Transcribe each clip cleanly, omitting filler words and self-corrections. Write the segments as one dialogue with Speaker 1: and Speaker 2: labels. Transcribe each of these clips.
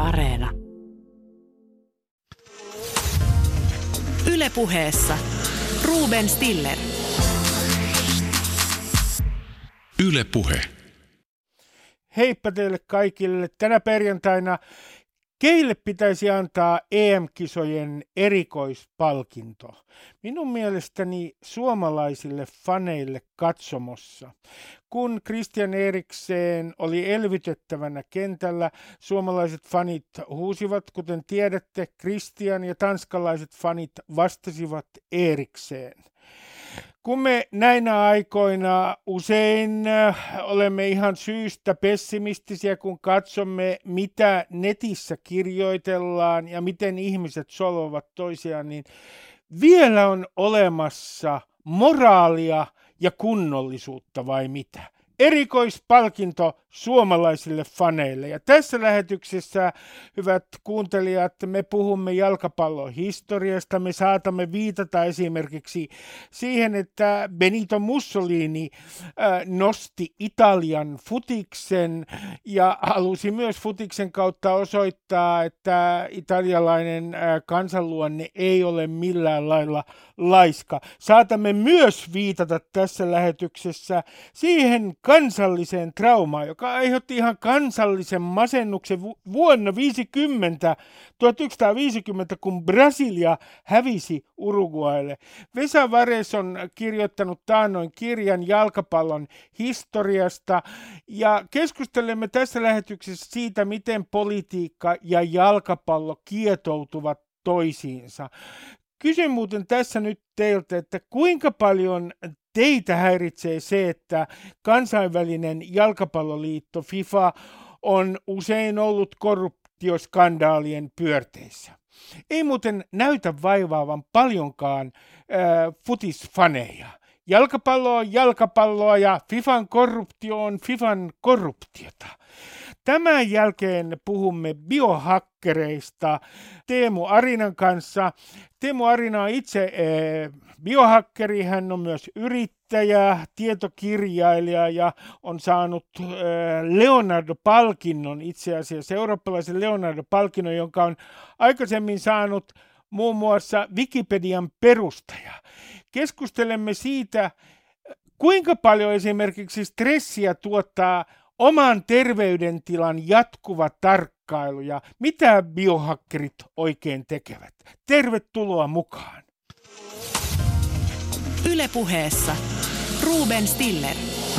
Speaker 1: Areena. Yle Puheessa Ruben Stiller.
Speaker 2: Yle Puhe.
Speaker 3: Heippa teille kaikille. Tänä perjantaina keille pitäisi antaa EM-kisojen erikoispalkinto? Minun mielestäni suomalaisille faneille katsomossa. Kun Christian Eriksen oli elvytettävänä kentällä, suomalaiset fanit huusivat, kuten tiedätte, Christian, ja tanskalaiset fanit vastasivat Erikseen. Kun me näinä aikoina usein olemme ihan syystä pessimistisiä, kun katsomme, mitä netissä kirjoitellaan ja miten ihmiset solvovat toisiaan, niin vielä on olemassa moraalia ja kunnollisuutta vai mitä? Erikoispalkinto suomalaisille faneille. Ja tässä lähetyksessä, hyvät kuuntelijat, me puhumme jalkapallon historiasta. Me saatamme viitata esimerkiksi siihen, että Benito Mussolini nosti Italian futiksen ja halusi myös futiksen kautta osoittaa, että italialainen kansanluonne ei ole millään lailla laiska. Saatamme myös viitata tässä lähetyksessä siihen kansalliseen traumaan, joka aiheutti ihan kansallisen masennuksen vuonna 1950, kun Brasilia hävisi Uruguaylle. Vesa Vares on kirjoittanut taannoin kirjan jalkapallon historiasta, ja keskustelemme tässä lähetyksessä siitä, miten politiikka ja jalkapallo kietoutuvat toisiinsa. Kysyn muuten tässä nyt teiltä, että kuinka paljon teitä häiritsee se, että kansainvälinen jalkapalloliitto FIFA on usein ollut korruptioskandaalien pyörteissä. Ei muuten näytä vaivaavan paljonkaan futisfaneja. Jalkapallo on jalkapalloa ja FIFAn korruptio on FIFAn korruptiota. Tämän jälkeen puhumme biohakkereista Teemu Arinan kanssa. Teemu Arina on itse biohakkeri, hän on myös yrittäjä, tietokirjailija ja on saanut Leonardo-palkinnon, itse asiassa eurooppalaisen Leonardo-palkinnon, jonka on aikaisemmin saanut muun muassa Wikipedian perustaja. Keskustelemme siitä, kuinka paljon esimerkiksi stressiä tuottaa oman terveydentilan jatkuva tarkkailu ja mitä biohakkerit oikein tekevät. Tervetuloa mukaan.
Speaker 1: Yle Puheessa Ruben Stiller.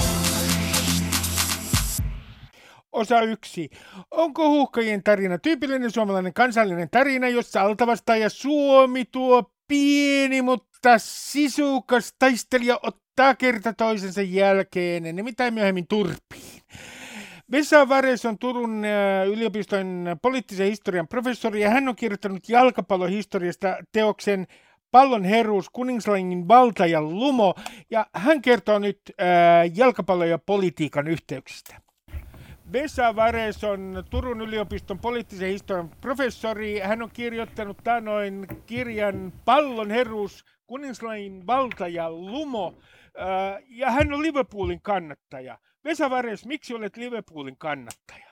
Speaker 3: Osa 1. Onko Huuhkajien tarina tyypillinen suomalainen kansallinen tarina, jossa altavastaaja Suomi, tuo pieni mutta sisukas taistelija, ottaa kerta toisensa jälkeen enemmän tai myöhemmin turpiin? Vesa Vares on Turun yliopiston poliittisen historian professori ja hän on kirjoittanut jalkapallohistoriasta teoksen Pallon herruus, kuningslajin valta ja lumo, ja hän kertoo nyt jalkapallon ja politiikan yhteyksistä. Vesa Vares on Turun yliopiston poliittisen historian professori. Hän on kirjoittanut taannoin kirjan Pallon herruus, kuningslajin valta ja lumo, ja hän on Liverpoolin kannattaja. Vesa Vares, miksi olet Liverpoolin kannattaja?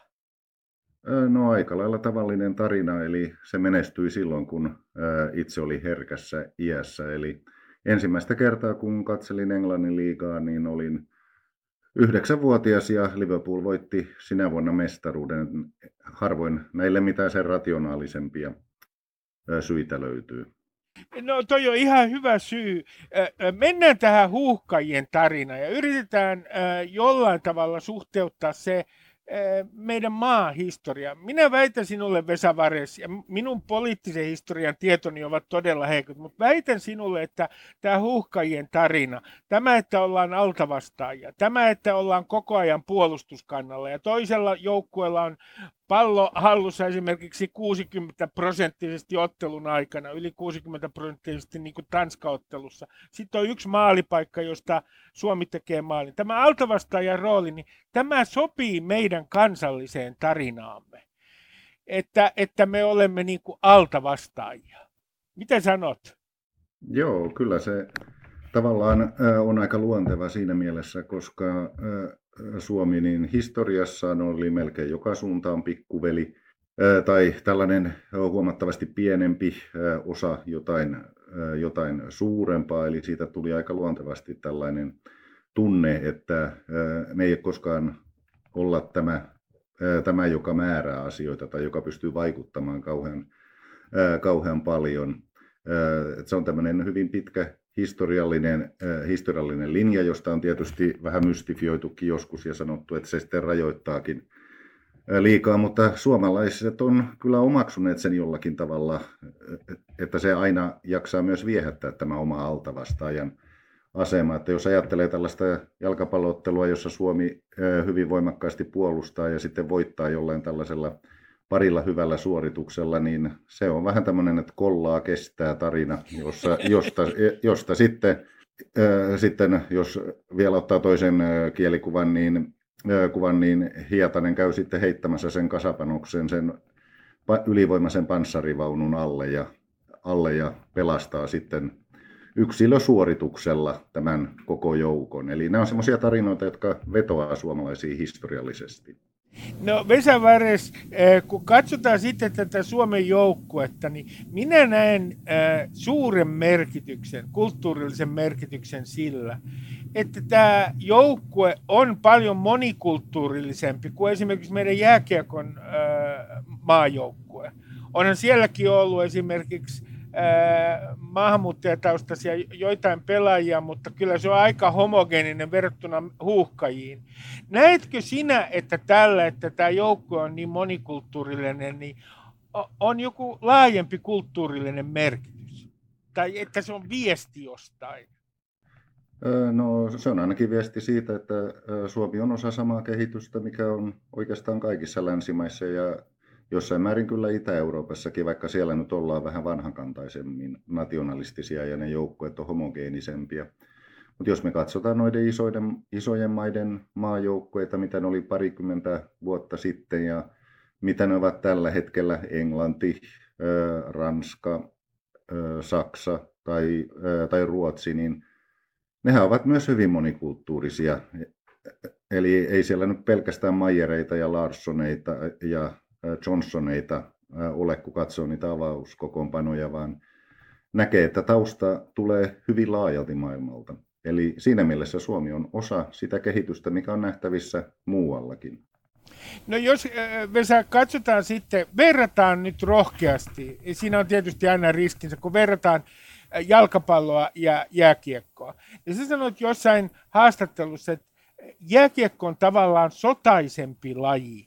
Speaker 4: No aika lailla tavallinen tarina, eli se menestyi silloin, kun itse oli herkässä iässä. Eli ensimmäistä kertaa, kun katselin Englannin liigaa, niin olin 9-vuotias ja Liverpool voitti sinä vuonna mestaruuden. Harvoin näille mitään sen rationaalisempia syitä löytyy.
Speaker 3: No toi on ihan hyvä syy. Mennään tähän Huuhkajien tarinaan ja yritetään jollain tavalla suhteuttaa se meidän maan historia. Minä väitän sinulle, Vesa Vares, ja minun poliittisen historian tietoni ovat todella heikot, mutta väitän sinulle, että tämä Huuhkajien tarina, tämä, että ollaan altavastaajia, tämä, että ollaan koko ajan puolustuskannalla ja toisella joukkueella on pallo hallussa esimerkiksi 60% ottelun aikana, yli 60% niin kuin Tanska-ottelussa. Sitten on yksi maalipaikka, josta Suomi tekee maalin. Tämä altavastaajan rooli, niin tämä sopii meidän kansalliseen tarinaamme, että me olemme niin kuin altavastaajia. Mitä sanot?
Speaker 4: Joo, kyllä se tavallaan on aika luonteva siinä mielessä, koska Suomi niin historiassaan oli melkein joka suuntaan pikkuveli tai tällainen huomattavasti pienempi osa jotain suurempaa, eli siitä tuli aika luontevasti tällainen tunne, että me ei koskaan olla tämä, joka määrää asioita tai joka pystyy vaikuttamaan kauhean paljon. Se on tämmöinen hyvin pitkä historiallinen linja, josta on tietysti vähän mystifioitukin joskus ja sanottu, että se sitten rajoittaakin liikaa, mutta suomalaiset on kyllä omaksuneet sen jollakin tavalla, että se aina jaksaa myös viehättää tämä oma altavastaajan asema. Että jos ajattelee tällaista jalkapalloottelua, jossa Suomi hyvin voimakkaasti puolustaa ja sitten voittaa jollain tällaisella parilla hyvällä suorituksella, niin se on vähän tämmöinen, että kollaa kestää tarina, josta sitten, jos vielä ottaa toisen kielikuvan, niin Hietanen käy sitten heittämässä sen kasapanoksen sen ylivoimaisen panssarivaunun alle ja pelastaa sitten yksilösuorituksella tämän koko joukon. Eli nämä on semmoisia tarinoita, jotka vetoaa suomalaisiin historiallisesti.
Speaker 3: No Vesa Vares, kun katsotaan sitten tätä Suomen joukkuetta, niin minä näen suuren merkityksen, kulttuurillisen merkityksen sillä, että tämä joukkue on paljon monikulttuurillisempi kuin esimerkiksi meidän jääkiekon maajoukkue. Onhan sielläkin ollut esimerkiksi maahanmuuttajataustaisia joitain pelaajia, mutta kyllä se on aika homogeeninen verrattuna Huuhkajiin. Näetkö sinä, että tämä joukkue on niin monikulttuurillinen, niin on joku laajempi kulttuurillinen merkitys? Tai että se on viesti jostain?
Speaker 4: No se on ainakin viesti siitä, että Suomi on osa samaa kehitystä, mikä on oikeastaan kaikissa länsimaissa ja jossain määrin kyllä Itä-Euroopassakin, vaikka siellä nyt ollaan vähän vanhakantaisemmin nationalistisia ja ne joukkueet on homogeenisempia. Mutta jos me katsotaan noiden isojen maiden maajoukkueita, mitä ne oli parikymmentä vuotta sitten ja mitä ne ovat tällä hetkellä, Englanti, Ranska, Saksa tai Ruotsi, niin nehän ovat myös hyvin monikulttuurisia. Eli ei siellä nyt pelkästään Mayereita ja Larssoneita ja Johnsoneita ole, kun katsoo niitä avauskokoonpanoja, vaan näkee, että tausta tulee hyvin laajalti maailmalta. Eli siinä mielessä Suomi on osa sitä kehitystä, mikä on nähtävissä muuallakin.
Speaker 3: No jos Vesa katsotaan sitten, verrataan nyt rohkeasti, siinä on tietysti aina riskinsä, kun verrataan jalkapalloa ja jääkiekkoa. Ja sä sanoit jossain haastattelussa, että jääkiekko on tavallaan sotaisempi laji.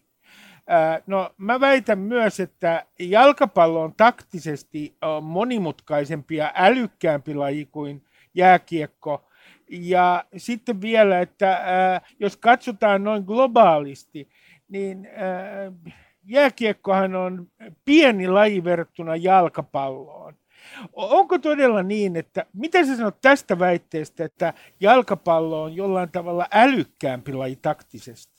Speaker 3: No mä väitän myös, että jalkapallo on taktisesti monimutkaisempi ja älykkäämpi laji kuin jääkiekko. Ja sitten vielä, että jos katsotaan noin globaalisti, niin jääkiekkohan on pieni laji verrattuna jalkapalloon. Onko todella niin, että mitä sä sanot tästä väitteestä, että jalkapallo on jollain tavalla älykkäämpi laji taktisesti?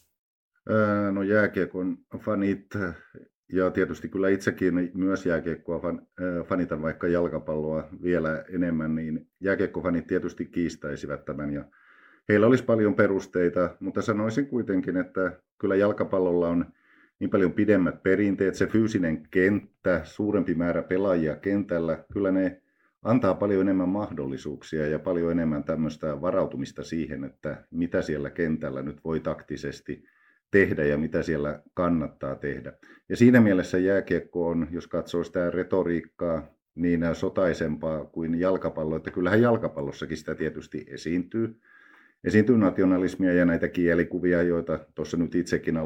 Speaker 4: No jääkiekon fanit, ja tietysti kyllä itsekin myös jääkiekkoa fanitan vaikka jalkapalloa vielä enemmän, niin jääkiekkofanit tietysti kiistäisivät tämän ja heillä olisi paljon perusteita, mutta sanoisin kuitenkin, että kyllä jalkapallolla on niin paljon pidemmät perinteet, se fyysinen kenttä, suurempi määrä pelaajia kentällä, kyllä ne antaa paljon enemmän mahdollisuuksia ja paljon enemmän tämmöistä varautumista siihen, että mitä siellä kentällä nyt voi taktisesti tehdä ja mitä siellä kannattaa tehdä. Ja siinä mielessä jääkiekko on, jos katsoo sitä retoriikkaa, niin sotaisempaa kuin jalkapallo, että kyllähän jalkapallossakin sitä tietysti esiintyy. Esiintyy nationalismia ja näitä kielikuvia, joita tuossa nyt itsekin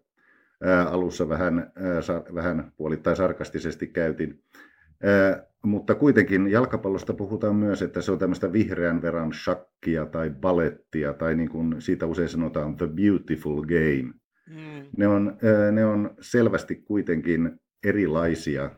Speaker 4: alussa vähän puolittain sarkastisesti käytin. Mutta kuitenkin jalkapallosta puhutaan myös, että se on tämmöistä vihreän veran shakkia tai balettia, tai niin kuin siitä usein sanotaan the beautiful game. Ne on selvästi kuitenkin erilaisia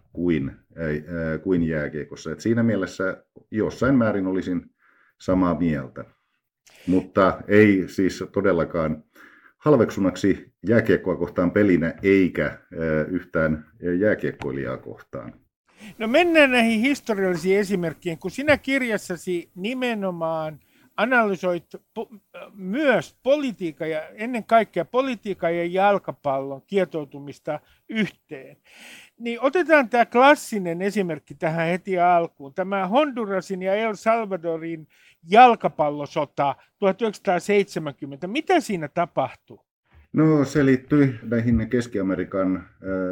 Speaker 4: kuin jääkiekossa. Et siinä mielessä jossain määrin olisin samaa mieltä, mutta ei siis todellakaan halveksunnaksi jääkiekkoa kohtaan pelinä eikä yhtään jääkiekkoilijaa kohtaan.
Speaker 3: No mennään näihin historiallisiin esimerkkeihin, kun sinä kirjassasi nimenomaan analysoit myös politiikan ja ennen kaikkea politiikan ja jalkapallon kietoutumista yhteen. Niin otetaan tämä klassinen esimerkki tähän heti alkuun. Tämä Hondurasin ja El Salvadorin jalkapallosota 1970. Mitä siinä tapahtui?
Speaker 4: No se liittyi näihin Keski-Amerikan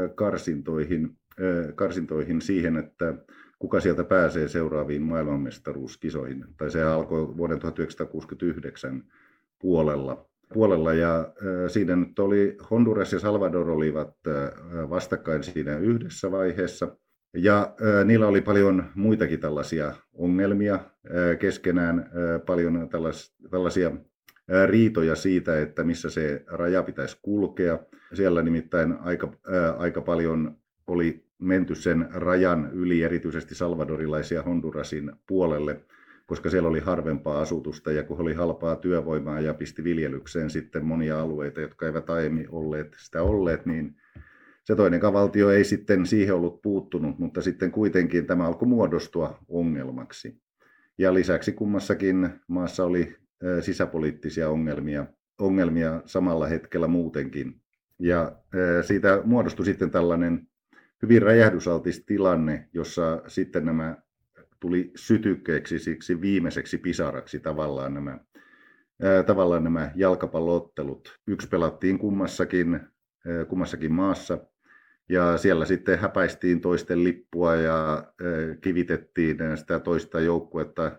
Speaker 4: karsintoihin siihen, että kuka sieltä pääsee seuraaviin maailmanmestaruuskisoihin. Tai se alkoi vuoden 1969 puolella ja siinä nyt oli Honduras ja Salvador olivat vastakkain siinä yhdessä vaiheessa. Ja niillä oli paljon muitakin tällaisia ongelmia keskenään, paljon tällaisia riitoja siitä, että missä se raja pitäisi kulkea. Siellä nimittäin aika paljon oli menty sen rajan yli, erityisesti salvadorilaisia Hondurasin puolelle, koska siellä oli harvempaa asutusta ja kun oli halpaa työvoimaa ja pisti viljelykseen sitten monia alueita, jotka eivät aiemmin olleet, niin se toinen valtio ei sitten siihen ollut puuttunut, mutta sitten kuitenkin tämä alkoi muodostua ongelmaksi. Ja lisäksi kummassakin maassa oli sisäpoliittisia ongelmia samalla hetkellä muutenkin. Ja siitä muodostui sitten tällainen hyvin räjähdysaltis tilanne, jossa sitten nämä tuli sytykkeeksi, siksi viimeiseksi pisaraksi tavallaan nämä jalkapalloottelut. Yksi pelattiin kummassakin maassa ja siellä sitten häpäistiin toisten lippua ja kivitettiin sitä toista joukkuetta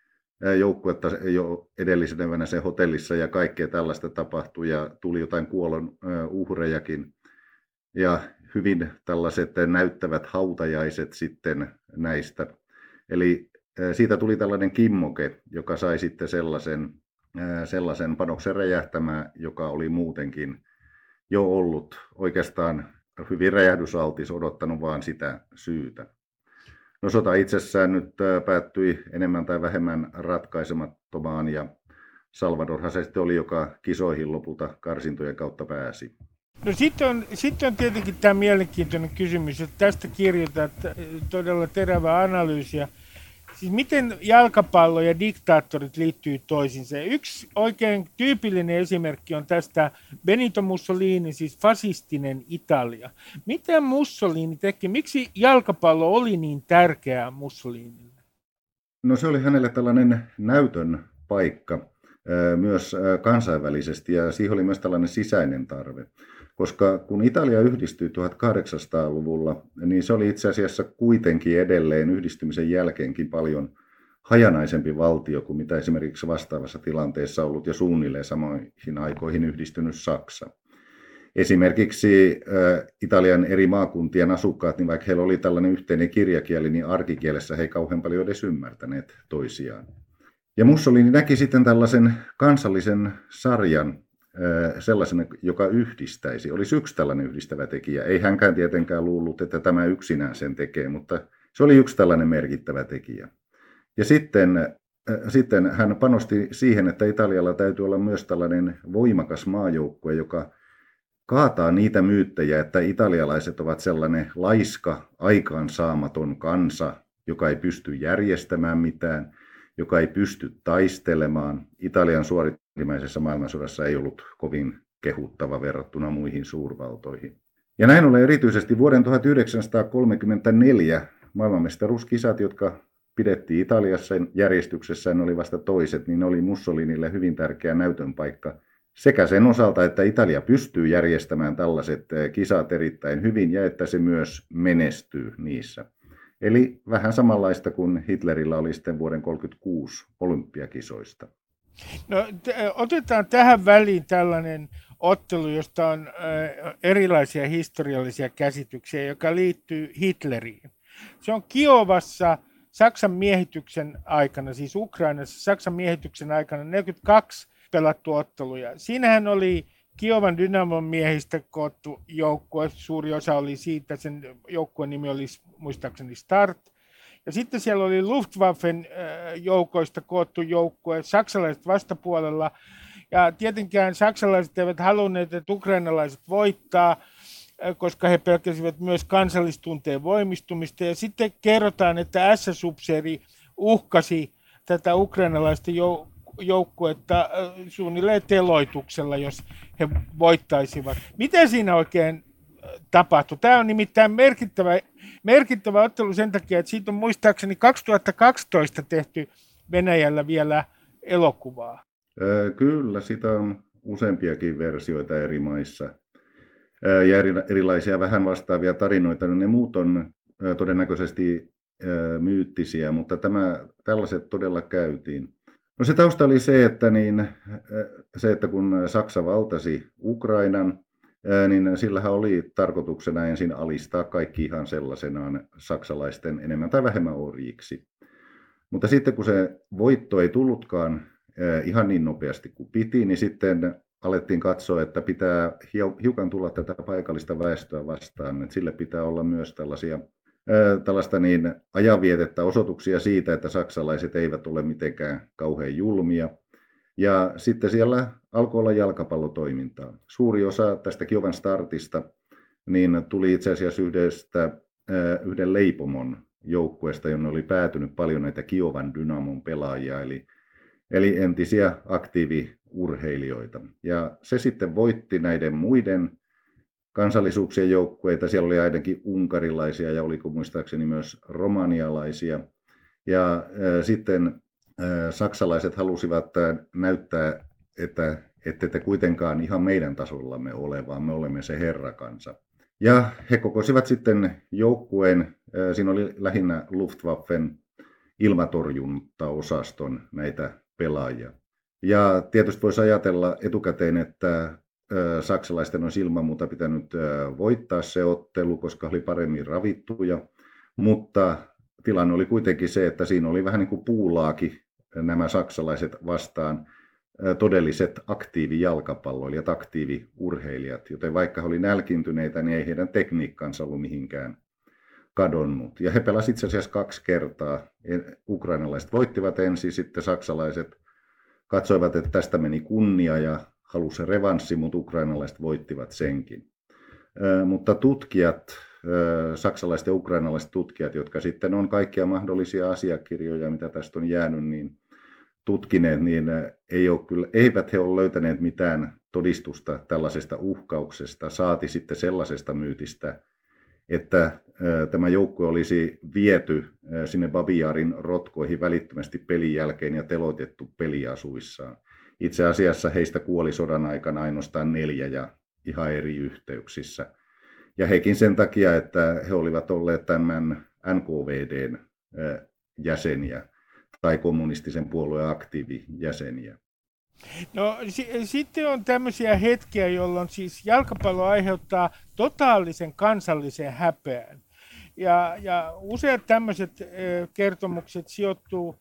Speaker 4: jo edellisenä sen hotellissa ja kaikkea tällaista tapahtui ja tuli jotain kuolon uhrejakin ja hyvin tällaiset näyttävät hautajaiset sitten näistä. Eli siitä tuli tällainen kimmoke, joka sai sitten sellaisen panoksen räjähtämään, joka oli muutenkin jo ollut oikeastaan hyvin räjähdysaltis, odottanut vaan sitä syytä. No sota itsessään nyt päättyi enemmän tai vähemmän ratkaisemattomaan ja Salvadorhan se sitten oli, joka kisoihin lopulta karsintojen kautta pääsi.
Speaker 3: No sitten on tietenkin tämä mielenkiintoinen kysymys, että tästä kirjoitat todella terävää analyysiä. Siis miten jalkapallo ja diktaattorit liittyy toisiinsa? Yksi oikein tyypillinen esimerkki on tästä Benito Mussolini, siis fasistinen Italia. Mitä Mussolini teki? Miksi jalkapallo oli niin tärkeää Mussolinille?
Speaker 4: No se oli hänelle tällainen näytön paikka myös kansainvälisesti ja siihen oli myös tällainen sisäinen tarve. Koska kun Italia yhdistyi 1800-luvulla, niin se oli itse asiassa kuitenkin edelleen yhdistymisen jälkeenkin paljon hajanaisempi valtio kuin mitä esimerkiksi vastaavassa tilanteessa ollut jo suunnilleen samoihin aikoihin yhdistynyt Saksa. Esimerkiksi Italian eri maakuntien asukkaat, niin vaikka heillä oli tällainen yhteinen kirjakieli, niin arkikielessä he ei kauhean paljon edes ymmärtäneet toisiaan. Ja Mussolini näki sitten tällaisen kansallisen sarjan, sellaisen, joka yhdistäisi, olisi yksi tällainen yhdistävä tekijä. Ei hänkään tietenkään luullut, että tämä yksinään sen tekee, mutta se oli yksi tällainen merkittävä tekijä. Ja sitten hän panosti siihen, että Italialla täytyy olla myös tällainen voimakas maajoukkue, joka kaataa niitä myyttejä, että italialaiset ovat sellainen laiska, aikaansaamaton kansa, joka ei pysty järjestämään mitään, joka ei pysty taistelemaan. Italian suorittimaisessa maailmansodassa ei ollut kovin kehuttava verrattuna muihin suurvaltoihin. Ja näin ollen erityisesti vuoden 1934 maailmanmestaruuskisat, jotka pidettiin Italiassa järjestyksessä, ne oli vasta toiset, niin ne oli Mussolinille hyvin tärkeä näytön paikka. Sekä sen osalta, että Italia pystyy järjestämään tällaiset kisat erittäin hyvin ja että se myös menestyy niissä. Eli vähän samanlaista kuin Hitlerillä oli sitten vuoden 1936 olympiakisoista.
Speaker 3: No, otetaan tähän väliin tällainen ottelu, josta on erilaisia historiallisia käsityksiä, joka liittyy Hitleriin. Se on Kiovassa Saksan miehityksen aikana, siis Ukrainassa Saksan miehityksen aikana 42 pelattu ottelu. Ja siinähän oli Kiovan Dynamon miehistä koottu joukkue, suuri osa oli siitä, sen joukkueen nimi oli muistaakseni Start. Ja sitten siellä oli Luftwaffen joukoista koottu joukkue, saksalaiset vastapuolella. Ja tietenkään saksalaiset eivät halunneet, että ukrainalaiset voittaa, koska he pelkäsivät myös kansallistunteen voimistumista. Ja sitten kerrotaan, että SS-upseeri uhkasi tätä ukrainalaista joukkuetta suunnilleen teloituksella, jos he voittaisivat. Mitä siinä oikein tapahtui? Tämä on nimittäin merkittävä ottelu sen takia, että siitä on muistaakseni 2012 tehty Venäjällä vielä elokuvaa.
Speaker 4: Kyllä, sitä on useampiakin versioita eri maissa ja erilaisia vähän vastaavia tarinoita. Ne muut on todennäköisesti myyttisiä, mutta tällaiset todella käytiin. No se tausta oli se, että kun Saksa valtasi Ukrainan, niin sillähän oli tarkoituksena ensin alistaa kaikki ihan sellaisenaan saksalaisten enemmän tai vähemmän orjiksi. Mutta sitten kun se voitto ei tullutkaan ihan niin nopeasti kuin piti, niin sitten alettiin katsoa, että pitää hiukan tulla tätä paikallista väestöä vastaan. Että sille pitää olla myös tällaista ajanvietettä, osoituksia siitä, että saksalaiset eivät ole mitenkään kauhean julmia. Ja sitten siellä alkoi olla jalkapallotoimintaa. Suuri osa tästä Kiovan startista niin tuli itse asiassa yhden leipomon joukkueesta, jonne oli päätynyt paljon näitä Kiovan Dynamon pelaajia, eli entisiä aktiiviurheilijoita. Ja se sitten voitti näiden muiden kansallisuuksien joukkueita. Siellä oli ainakin unkarilaisia ja oliko muistaakseni myös romanialaisia. Ja sitten saksalaiset halusivat näyttää, että ette kuitenkaan ihan meidän tasollamme ole, vaan me olemme se herrakansa. Ja he kokosivat sitten joukkueen, siinä oli lähinnä Luftwaffen ilmatorjuntaosaston näitä pelaajia. Ja tietysti voisi ajatella etukäteen, että saksalaisten olisi ilman muuta pitänyt voittaa se ottelu, koska oli paremmin ravittuja, mutta tilanne oli kuitenkin se, että siinä oli vähän niin kuin puulaaki nämä saksalaiset vastaan todelliset aktiivijalkapalloilijat, aktiiviurheilijat, joten vaikka he oli nälkiintyneitä, niin ei heidän tekniikkansa ollut mihinkään kadonnut. Ja he pelasivat itse asiassa 2 kertaa. Ukrainalaiset voittivat ensin, sitten saksalaiset katsoivat, että tästä meni kunnia ja halusi revanssi, mutta ukrainalaiset voittivat senkin. Mutta tutkijat, saksalaiset ja ukrainalaiset tutkijat, jotka sitten on kaikkia mahdollisia asiakirjoja, mitä tästä on jäänyt, niin tutkineet, niin eivät he ole löytäneet mitään todistusta tällaisesta uhkauksesta, saati sitten sellaisesta myytistä, että tämä joukkue olisi viety sinne Babi Jarin rotkoihin välittömästi pelin jälkeen ja teloitettu peliasuissaan. Itse asiassa heistä kuoli sodan aikana ainoastaan 4 ja ihan eri yhteyksissä. Ja hekin sen takia, että he olivat olleet tämän NKVD:n jäseniä tai kommunistisen puolueen aktiivijäseniä.
Speaker 3: No sitten on tämmöisiä hetkiä, jolloin siis jalkapallo aiheuttaa totaalisen kansallisen häpeän. Ja useat tämmöiset kertomukset sijoittuu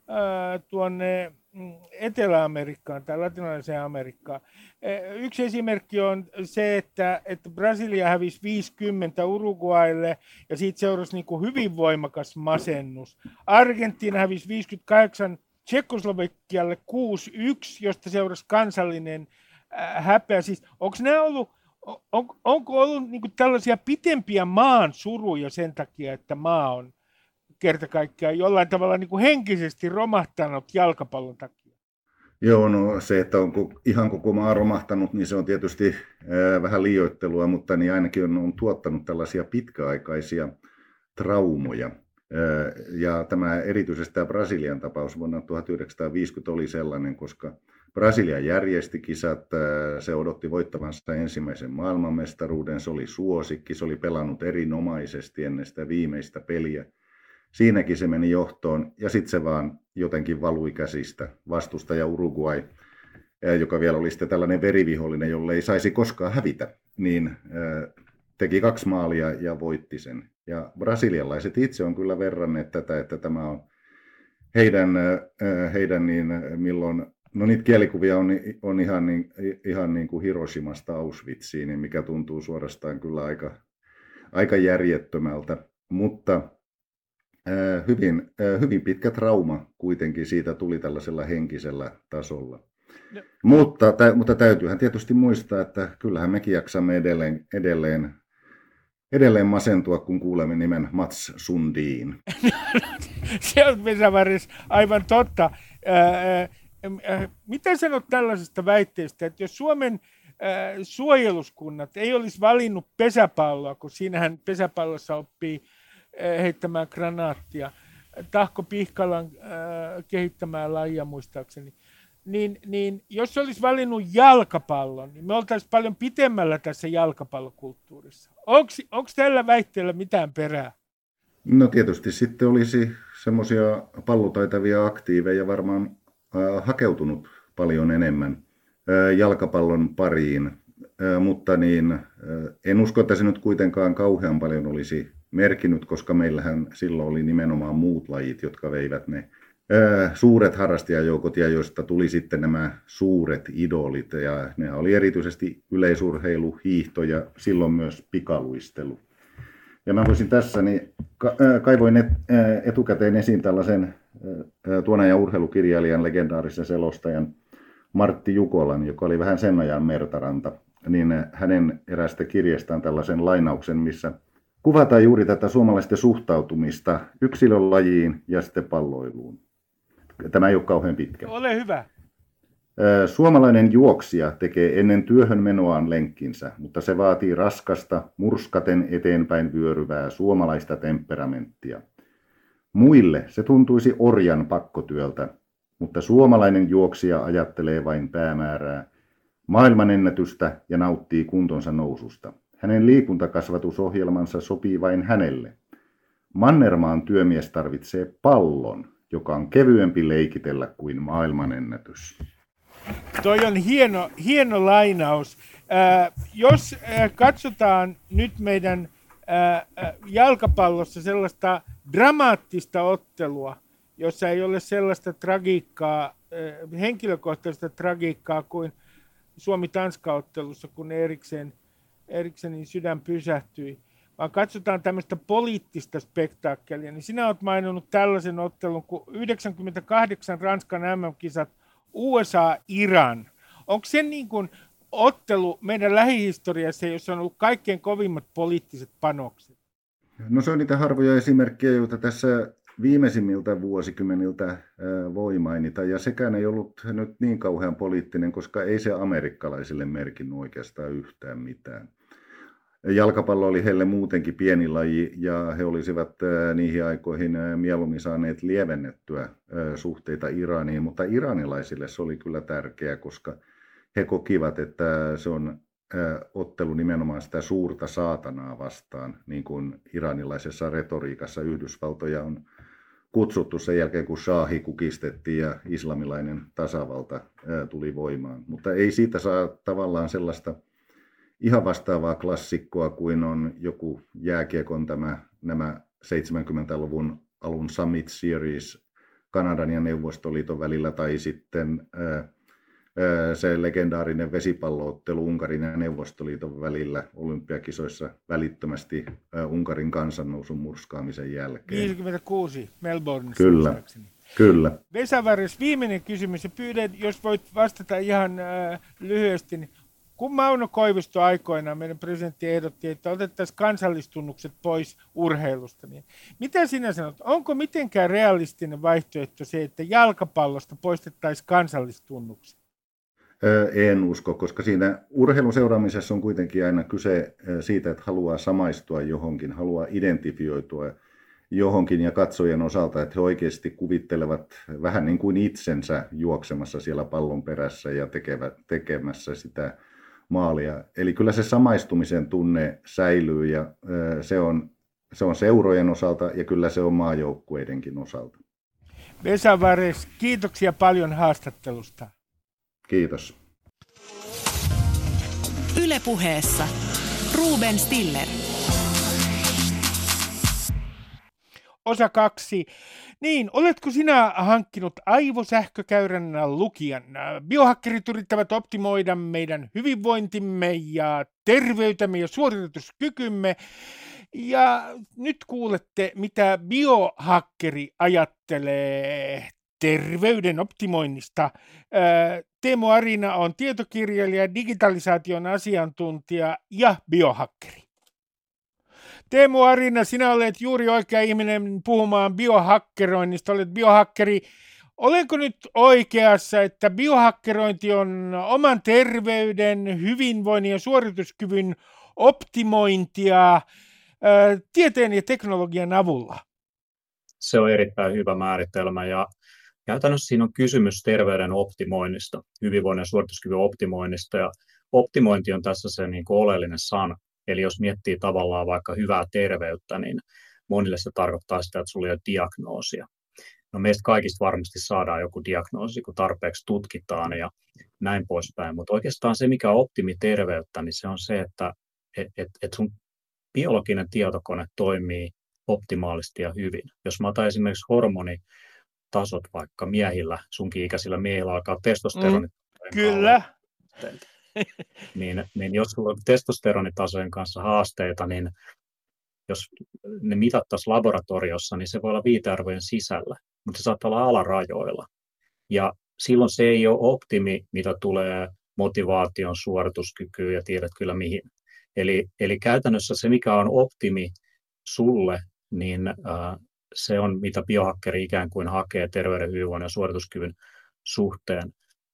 Speaker 3: tuonne Etelä-Amerikkaan tai Latinalaiseen Amerikkaan. Yksi esimerkki on se, että Brasilia hävisi 50 Uruguaylle ja siitä seurasi niin kuin hyvin voimakas masennus. Argentiina hävisi 58 Tšekkoslovakialle 6-1, josta seurasi kansallinen häpeä. Siis, onko ollut niin kuin tällaisia pitempiä maan suruja sen takia, että maa on kerta kaikkiaan jollain tavalla niin kuin henkisesti romahtanut jalkapallon takia?
Speaker 4: Joo, no se, että onko ihan koko maa romahtanut, niin se on tietysti vähän liioittelua, mutta niin ainakin on tuottanut tällaisia pitkäaikaisia traumoja. Ja erityisesti tämä Brasilian tapaus vuonna 1950 oli sellainen, koska Brasilia järjesti kisat, se odotti voittavansa ensimmäisen maailmanmestaruuden, se oli suosikki, se oli pelannut erinomaisesti ennen sitä viimeistä peliä. Siinäkin se meni johtoon ja sitten se vaan jotenkin valui käsistä. Vastustaja Uruguay, joka vielä oli sitten tällainen verivihollinen, jolle ei saisi koskaan hävitä, niin teki 2 maalia ja voitti sen. Ja brasilialaiset itse on kyllä verranneet tätä, että tämä on heidän niin milloin, no niitä kielikuvia on ihan niin kuin Hiroshimasta Auschwitziin, niin mikä tuntuu suorastaan kyllä aika järjettömältä, mutta hyvin pitkä trauma kuitenkin siitä tuli tällaisella henkisellä tasolla. No. Mutta täytyyhän tietysti muistaa, että kyllähän mekin jaksamme edelleen masentua, kun kuulemme nimen Mats Sundin.
Speaker 3: Se on Vesa Vares aivan totta. Mitä sanot tällaisesta väitteestä, että jos Suomen suojeluskunnat ei olisi valinnut pesäpalloa, kun siinähän pesäpallossa oppii heittämään granaattia, Tahko Pihkalan kehittämään lajia muistaakseni, niin jos se olisi valinnut jalkapallon, niin me oltaisiin paljon pitemmällä tässä jalkapallokulttuurissa. Onko tällä väitteellä mitään perää?
Speaker 4: No tietysti sitten olisi semmoisia pallotaitavia aktiiveja varmaan hakeutunut paljon enemmän jalkapallon pariin, mutta niin, en usko, että se nyt kuitenkaan kauhean paljon olisi merkinnyt, koska meillähän silloin oli nimenomaan muut lajit, jotka veivät ne suuret harrastajajoukot ja joista tuli sitten nämä suuret idolit ja ne oli erityisesti yleisurheilu, hiihto ja silloin myös pikaluistelu. Ja mä voisin tässä, niin kaivoin etukäteen esiin tällaisen tuonajan urheilukirjailijan, legendaarisen selostajan Martti Jukolan, joka oli vähän sen ajan Mertaranta, niin hänen eräästä kirjastaan tällaisen lainauksen, missä kuvataan juuri tätä suomalaisten suhtautumista yksilölajiin ja sitten palloiluun. Tämä ei ole kauhean pitkä.
Speaker 3: Ole hyvä.
Speaker 4: Suomalainen juoksija tekee ennen työhön menoaan lenkkinsä, mutta se vaatii raskasta, murskaten eteenpäin vyöryvää suomalaista temperamenttia. Muille se tuntuisi orjan pakkotyöltä, mutta suomalainen juoksija ajattelee vain päämäärää, maailmanennätystä ja nauttii kuntonsa noususta. Hänen liikuntakasvatusohjelmansa sopii vain hänelle. Mannermaan työmies tarvitsee pallon, joka on kevyempi leikitellä kuin maailmanennätys.
Speaker 3: Toi on hieno lainaus. Jos katsotaan nyt meidän jalkapallossa sellaista dramaattista ottelua, jossa ei ole sellaista tragiikkaa, henkilökohtaista tragiikkaa kuin Suomi-Tanska-ottelussa, kun Eriksenin sydän pysähtyi, vaan katsotaan tämmöistä poliittista spektaakkelia, niin sinä olet maininnut tällaisen ottelun kuin 98 Ranskan MM-kisat USA-Iran. Onko se niin kuin ottelu meidän lähihistoriassa, jossa on ollut kaikkein kovimmat poliittiset panokset?
Speaker 4: No se on niitä harvoja esimerkkejä, joita tässä viimeisimmiltä vuosikymmeniltä voi mainita, ja sekään ei ollut nyt niin kauhean poliittinen, koska ei se amerikkalaisille merkinnyt oikeastaan yhtään mitään. Jalkapallo oli heille muutenkin pieni laji, ja he olisivat niihin aikoihin mieluummin saaneet lievennettyä suhteita Iraniin, mutta iranilaisille se oli kyllä tärkeää, koska he kokivat, että se on ottelu nimenomaan sitä suurta saatanaa vastaan, niin kuin iranilaisessa retoriikassa Yhdysvaltoja on kutsuttu sen jälkeen, kun shahi kukistettiin ja islamilainen tasavalta tuli voimaan. Mutta ei siitä saa tavallaan sellaista ihan vastaavaa klassikkoa kuin on joku jääkiekon nämä 70-luvun alun Summit Series Kanadan ja Neuvostoliiton välillä tai sitten se legendaarinen vesipalloottelu Unkarin ja Neuvostoliiton välillä olympiakisoissa välittömästi Unkarin kansannousun murskaamisen jälkeen.
Speaker 3: 56 Melbourneissa.
Speaker 4: Kyllä.
Speaker 3: Vesa Vares, viimeinen kysymys ja pyydän, jos voit vastata ihan lyhyesti. Niin kun Mauno Koivisto aikoinaan, meidän presidentti, ehdotti, että otettaisiin kansallistunnukset pois urheilusta, niin mitä sinä sanot? Onko mitenkään realistinen vaihtoehto se, että jalkapallosta poistettaisiin kansallistunnukset?
Speaker 4: En usko, koska siinä urheilun seuraamisessa on kuitenkin aina kyse siitä, että haluaa samaistua johonkin, haluaa identifioitua johonkin ja katsojien osalta, että he oikeasti kuvittelevat vähän niin kuin itsensä juoksemassa siellä pallon perässä ja tekemässä sitä maalia. Eli kyllä se samaistumisen tunne säilyy ja se on seurojen osalta ja kyllä se on maajoukkueidenkin osalta.
Speaker 3: Vesa Vares, kiitoksia paljon haastattelusta.
Speaker 4: Kiitos.
Speaker 1: Yle Puheessa Ruben Stiller.
Speaker 3: Osa 2. Niin, oletko sinä hankkinut aivosähkökäyrännän lukijan? Biohakkerit yrittävät optimoida meidän hyvinvointimme ja terveytemme ja suorituskykymme. Ja nyt kuulette, mitä biohakkeri ajattelee terveyden optimoinnista. Teemu Arina on tietokirjailija, digitalisaation asiantuntija ja biohakkeri. Teemu Arina, sinä olet juuri oikea ihminen puhumaan biohakkeroinnista. Olet biohakkeri. Olenko nyt oikeassa, että biohakkerointi on oman terveyden, hyvinvoinnin ja suorituskyvyn optimointia tieteen ja teknologian avulla?
Speaker 5: Se on erittäin hyvä määritelmä ja käytännössä siinä on kysymys terveyden optimoinnista, hyvinvoinnin ja suorituskyvyn optimoinnista ja optimointi on tässä se niin kuin oleellinen sana. Eli jos miettii tavallaan vaikka hyvää terveyttä, niin monille se tarkoittaa sitä, että sulla ei ole diagnoosia. No meistä kaikista varmasti saadaan joku diagnoosi, kun tarpeeksi tutkitaan ja näin poispäin, mutta oikeastaan se, mikä on optimiterveyttä, niin se on se, että sun biologinen tietokone toimii optimaalisesti ja hyvin. Jos mä otan esimerkiksi hormonitasot vaikka miehillä, sunkin ikäisillä miehillä alkaa testosteronit.
Speaker 3: Kyllä.
Speaker 5: Niin jos sulla on testosteronitasojen kanssa haasteita, niin jos ne mitattaisiin laboratoriossa, niin se voi olla viitearvojen sisällä, mutta se saattaa olla alarajoilla. Ja silloin se ei ole optimi, mitä tulee motivaation, suorituskykyyn ja tiedät kyllä mihin. Eli käytännössä se, mikä on optimi sulle, niin se on, mitä biohakkeri ikään kuin hakee terveyden, hyvinvoinnin ja suorituskyvyn suhteen.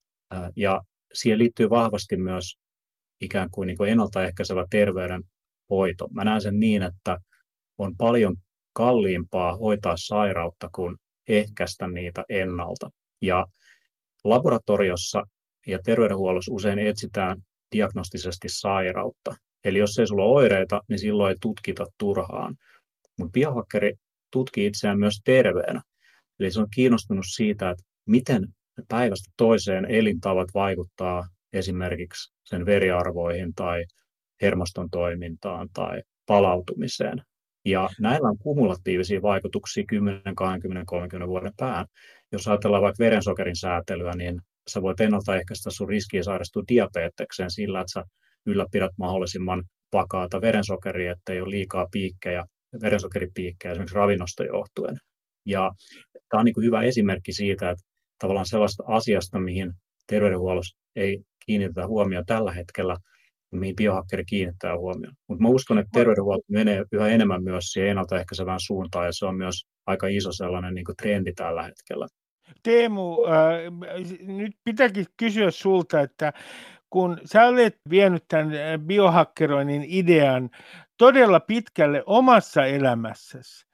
Speaker 5: Ja siihen liittyy vahvasti myös ikään kuin ennaltaehkäisevä terveydenhoito. Mä näen sen niin, että on paljon kalliimpaa hoitaa sairautta kuin ehkäistä niitä ennalta. Ja laboratoriossa ja terveydenhuollossa usein etsitään diagnostisesti sairautta. Eli jos ei sulla ole oireita, niin silloin ei tutkita turhaan. Mutta biohakkeri tutkii itseään myös terveenä. Eli se on kiinnostunut siitä, että miten päivästä toiseen elintavat vaikuttaa esimerkiksi sen veriarvoihin tai hermoston toimintaan tai palautumiseen. Ja näillä on kumulatiivisia vaikutuksia 10, 20, 30 vuoden päähän. Jos ajatellaan vaikka verensokerin säätelyä, niin sä voit ennaltaehkäistä sun riskiä sairastua diabetekseen sillä, että sä ylläpidät mahdollisimman vakaata verensokeria, ettei ole liikaa piikkejä, verensokeripiikkejä esimerkiksi ravinnosta johtuen. Ja tämä on niin kuin hyvä esimerkki siitä, että tavallaan sellaista asiasta, mihin terveydenhuollossa ei kiinnitetä huomioon tällä hetkellä, mihin biohakkeri kiinnittää huomioon. Mutta mä uskon, että terveydenhuolto menee yhä enemmän myös siihen ennaltaehkäisevään suuntaan, ja se on myös aika iso sellainen niin kuin trendi tällä hetkellä.
Speaker 3: Teemu, nyt pitääkin kysyä sulta, että kun sä olet vienyt tämän biohakkeroinnin idean todella pitkälle omassa elämässäsi,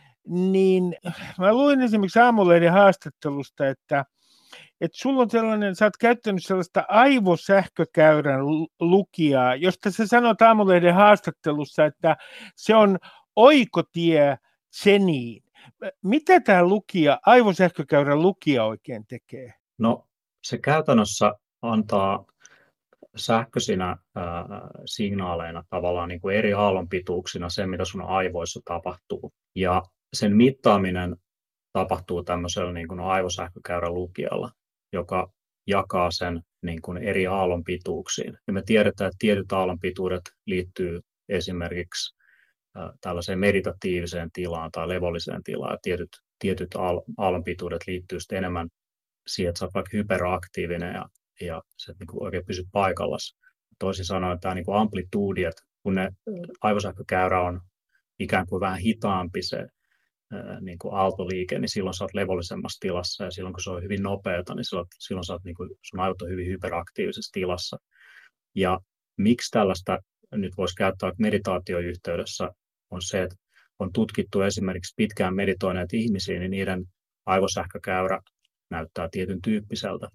Speaker 3: niin mä luin esimerkiksi Aamulehden haastattelusta, että sulla on sellainen, sä oot käyttänyt sellaista aivosähkökäyrän lukijaa, josta sä sanot Aamulehden haastattelussa, että se on oikotie seniin. Mitä tämä aivosähkökäyrän lukija oikein tekee?
Speaker 5: No se käytännössä antaa sähköisinä signaaleina tavallaan niin kuin eri aallonpituuksina sen, mitä sun aivoissa tapahtuu. Ja sen mittaaminen tapahtuu tämmöisellä niin kuin aivosähkökäyrän lukijalla, joka jakaa sen niin kuin eri aallonpituuksiin. Ja me tiedetään, että tietyt aallonpituudet liittyy esimerkiksi tällaiseen meditatiiviseen tilaan tai levolliseen tilaan. Ja tietyt aallonpituudet liittyy sitten enemmän siihen, että sä oot vaikka hyperaktiivinen ja sä niin kuin oikein pysyt paikallas. Toisin sanoen tämä niin kuin amplituudi, että kun ne aivosähkökäyrä on ikään kuin vähän hitaampi se niin kuin aaltoliike, niin silloin sä oot levollisemmassa tilassa, ja silloin kun se on hyvin nopeata, niin silloin sä oot, niin kuin, sun aivot on hyvin hyperaktiivisessa tilassa. Ja miksi tällaista nyt voisi käyttää meditaatioyhteydessä on se, että on tutkittu esimerkiksi pitkään meditoineet ihmisiä, niin niiden aivosähkökäyrä näyttää tietyn tyyppiseltä.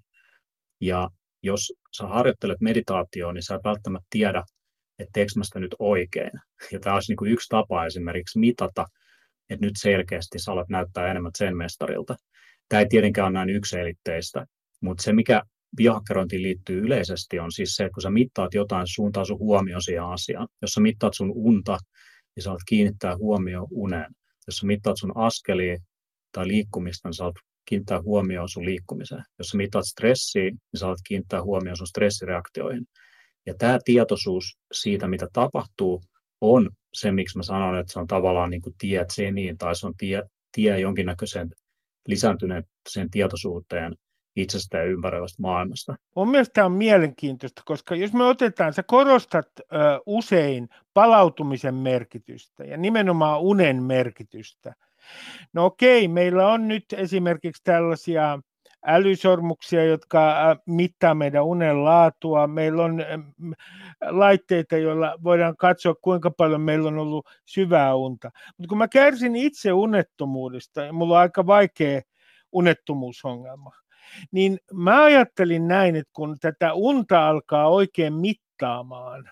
Speaker 5: Ja jos sä harjoittelet meditaatioon, niin sä et välttämättä tiedä, että teekö mä sitä nyt oikein. Ja tämä olisi niin kuin yksi tapa esimerkiksi mitata, että nyt selkeästi sä alat näyttää enemmän zen-mestarilta. Tämä ei tietenkään ole näin yksiselitteistä, mutta se, mikä biohakkerointiin liittyy yleisesti, on siis se, että kun sä mittaat jotain, suuntaa sun huomioon siihen asiaan. Jos sä mittaat sun unta, niin sä alat kiinnittää huomioon uneen. Jos sä mittaat sun askelia tai liikkumista, niin sä alat kiinnittää huomioon sun liikkumiseen. Jos sä mittaat stressiä, niin sä alat kiinnittää huomioon sun stressireaktioihin. Ja tämä tietoisuus siitä, mitä tapahtuu, on se, miksi mä sanon, että se on tavallaan niin kuin tie zeniin, tai se on tie jonkinnäköiseen lisääntyneeseen tietoisuuteen itsestä ja ympäröivästä maailmasta.
Speaker 3: Mun mielestä tämä on mielenkiintoista, koska jos me otetaan, sä korostat usein palautumisen merkitystä ja nimenomaan unen merkitystä. No okei, meillä on nyt esimerkiksi tällaisia älysormuksia, jotka mittaa meidän unen laatua. Meillä on laitteita, joilla voidaan katsoa, kuinka paljon meillä on ollut syvää unta. Mutta kun mä kärsin itse unettomuudesta, ja mulla on aika vaikea unettomuusongelma, niin mä ajattelin näin, että kun tätä unta alkaa oikein mittaamaan,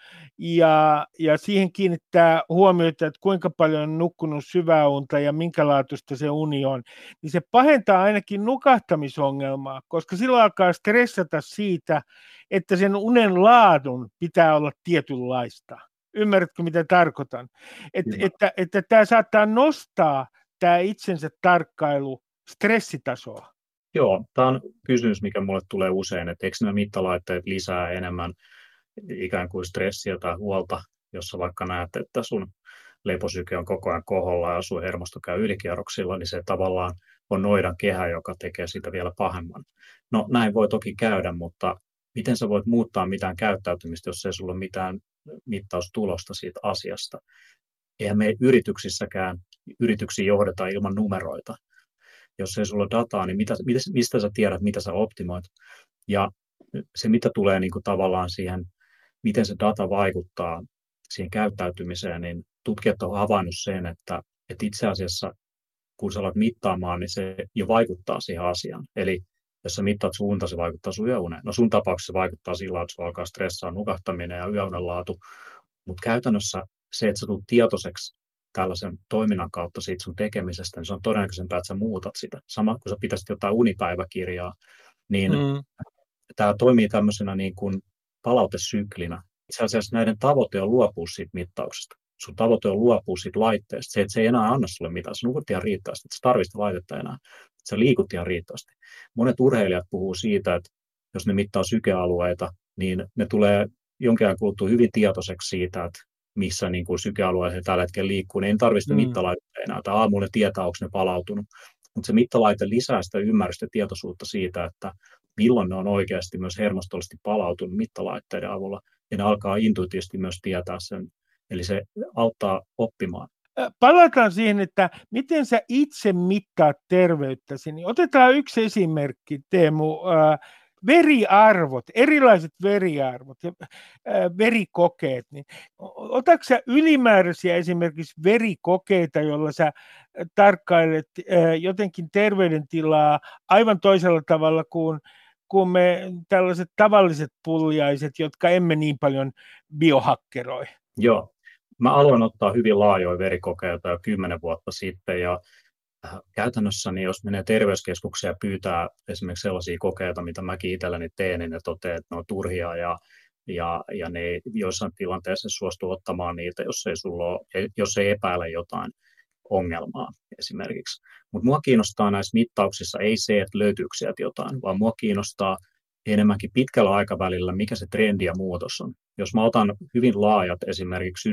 Speaker 3: ja siihen kiinnittää huomiota, että kuinka paljon on nukkunut syvää unta ja minkälaatuista se uni on, niin se pahentaa ainakin nukahtamisongelmaa, koska silloin alkaa stressata siitä, että sen unen laadun pitää olla tietynlaista. Ymmärrätkö, mitä tarkoitan? Että tämä saattaa nostaa tämä itsensä tarkkailu stressitasoa.
Speaker 5: Joo, tämä on kysymys, mikä mulle tulee usein, että eikö nämä mittalaitteet lisää enemmän ikään kuin stressiä tai huolta, jossa vaikka näet, että sun leposyke on koko ajan koholla ja sun hermosto käy ylikierroksilla, niin se tavallaan on noidan kehä, joka tekee sitä vielä pahemman. No näin voi toki käydä, mutta miten sä voit muuttaa mitään käyttäytymistä, jos ei sulla ole mitään mittaustulosta siitä asiasta? Eihän me yrityksiä johdeta ilman numeroita. Jos ei sulla ole dataa, niin mistä sä tiedät, mitä sä optimoit? Ja se, mitä tulee niin kuin tavallaan siihen, miten se data vaikuttaa siihen käyttäytymiseen, niin tutkijat on havainnut sen, että itse asiassa kun sä alat mittaamaan, niin se jo vaikuttaa siihen asiaan. Eli jos sä mittaat sun unta, se vaikuttaa sun yöuneen. No sun tapauksessa se vaikuttaa sillä, että sun alkaa stressaa nukahtaminen ja yöunen laatu, mutta käytännössä se, että sä tulet tietoiseksi tällaisen toiminnan kautta siitä sun tekemisestä, niin se on todennäköisempää, että sä muutat sitä. Sama kun sä pitäisit jotain unipäiväkirjaa, niin tämä toimii tämmöisenä niin kuin palautesyklinä. Itse asiassa näiden tavoite on luopua siitä mittauksesta. Sun tavoite on luopua siitä laitteesta. Se, että se ei enää anna sulle mitään. Sä nukut ihan riittävästi, että sä tarvitset laitetta enää. Sä liikut ihan riittävästi. Monet urheilijat puhuu siitä, että jos ne mittaa sykealueita, niin ne tulee jonkin ajan kuluttua hyvin tietoiseksi siitä, että missä niin kuin sykealueella he tällä hetkellä liikkuu. Ne ei tarvitse mittalaitetta enää. Tai aamulla ne tietää, onko ne palautunut. Mutta se mittalaite lisää sitä ymmärrystä ja tietoisuutta siitä, että milloin ne on oikeasti myös hermostollisesti palautunut mittalaitteiden avulla, ja ne alkaa intuitiivisesti myös tietää sen. Eli se auttaa oppimaan.
Speaker 3: Palataan siihen, että miten sä itse mittaat terveyttäsi. Niin otetaan yksi esimerkki, Teemu. Veriarvot, erilaiset veriarvot ja verikokeet. Niin otatko sä ylimääräisiä esimerkiksi verikokeita, joilla sä tarkkailet jotenkin terveydentilaa aivan toisella tavalla kuin me tällaiset tavalliset pulliaiset, jotka emme niin paljon biohakkeroi?
Speaker 5: Joo. Mä aloin ottaa hyvin laajoja verikokeita jo 10 vuotta sitten, ja käytännössä niin jos menee terveyskeskukseen ja pyytää esimerkiksi sellaisia kokeita, mitä mäkin itselläni teen, niin ne toteaa, että ne on turhia ja ne ei joissain tilanteissa suostu ottamaan niitä, jos ei epäile jotain ongelmaa esimerkiksi. Mutta mua kiinnostaa näissä mittauksissa ei se, että löytyykö sieltä jotain, vaan mua kiinnostaa enemmänkin pitkällä aikavälillä, mikä se trendi ja muutos on. Jos mä otan hyvin laajat esimerkiksi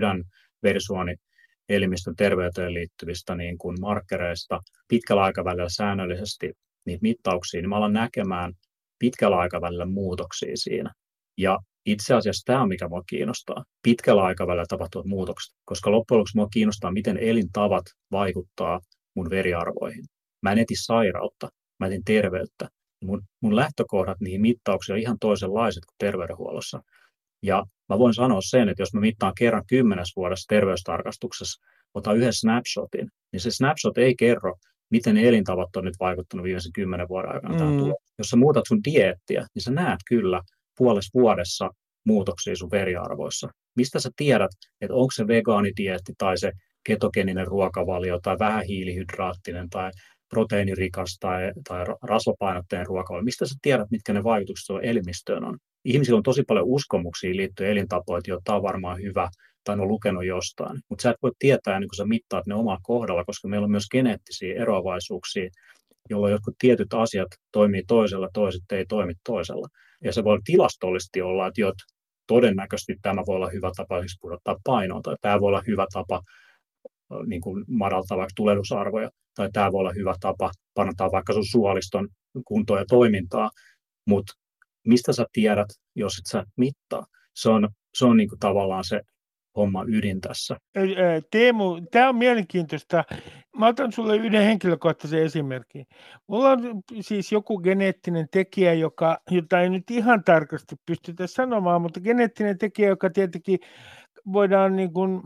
Speaker 5: elimistön terveyteen liittyvistä niin kuin markkereista pitkällä aikavälillä säännöllisesti niitä mittauksia, niin mä alan näkemään pitkällä aikavälillä muutoksia siinä. Ja itse asiassa tämä on, mikä mua kiinnostaa, pitkällä aikavälillä tapahtuvat muutokset, koska loppujen lopuksi mua kiinnostaa, miten elintavat vaikuttaa mun veriarvoihin. Mä en eti sairautta, mä etin terveyttä. Mun lähtökohdat niihin mittauksiin on ihan toisenlaiset kuin terveydenhuollossa. Ja mä voin sanoa sen, että jos mä mittaan kerran 10 vuodessa terveystarkastuksessa, otan yhden snapshotin, niin se snapshot ei kerro, miten ne elintavat on nyt vaikuttanut viimeisen 10 vuoden aikana tähän tuloon. Jos sä muutat sun dieettiä, niin sä näet kyllä puolessa vuodessa muutoksia sun veriarvoissa. Mistä sä tiedät, että onko se vegaanidieetti tai se ketogeeninen ruokavalio tai vähän hiilihydraattinen tai proteiinirikas tai rasvapainotteinen ruokavalio. Mistä sä tiedät, mitkä ne vaikutukset sun elimistöön on? Ihmisillä on tosi paljon uskomuksia liittyen elintapoihin, että tämä on varmaan hyvä tai on lukenut jostain. Mutta sä et voi tietää ennen kuin sä mittaat ne omalla kohdalla, koska meillä on myös geneettisiä eroavaisuuksia, jolloin jotkut tietyt asiat toimii toisella, toiset ei toimi toisella. Ja se voi tilastollisesti olla, että todennäköisesti tämä voi olla hyvä tapa esimerkiksi pudottaa painoa, tai tämä voi olla hyvä tapa niin kuin madaltaa vaikka tulehdusarvoja, tai tämä voi olla hyvä tapa parantaa vaikka sun suoliston kuntoa ja toimintaa, mutta mistä sä tiedät, jos et sä mittaa? Se on niin kuin tavallaan se homma ydin tässä.
Speaker 3: Teemu, tämä on mielenkiintoista. Mä otan sulle yhden henkilökohtaisen esimerkin. Mulla on siis joku geneettinen tekijä, jota ei nyt ihan tarkasti pystytä sanomaan, mutta geneettinen tekijä, joka tietenkin voidaan niin kuin,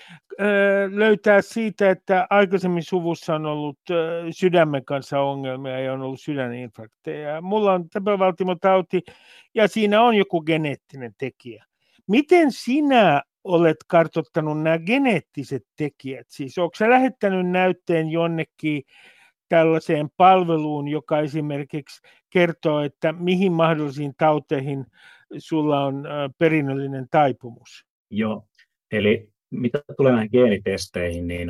Speaker 3: löytää siitä, että aikaisemmin suvussa on ollut sydämen kanssa ongelmia ja on ollut sydäninfarkteja. Mulla on täpövaltimotauti ja siinä on joku geneettinen tekijä. Miten sinä olet kartoittanut nämä geneettiset tekijät? Siis onko sä lähettänyt näytteen jonnekin tällaiseen palveluun, joka esimerkiksi kertoo, että mihin mahdollisiin tauteihin sulla on perinnöllinen taipumus?
Speaker 5: Joo, eli mitä tulee näihin geenitesteihin, niin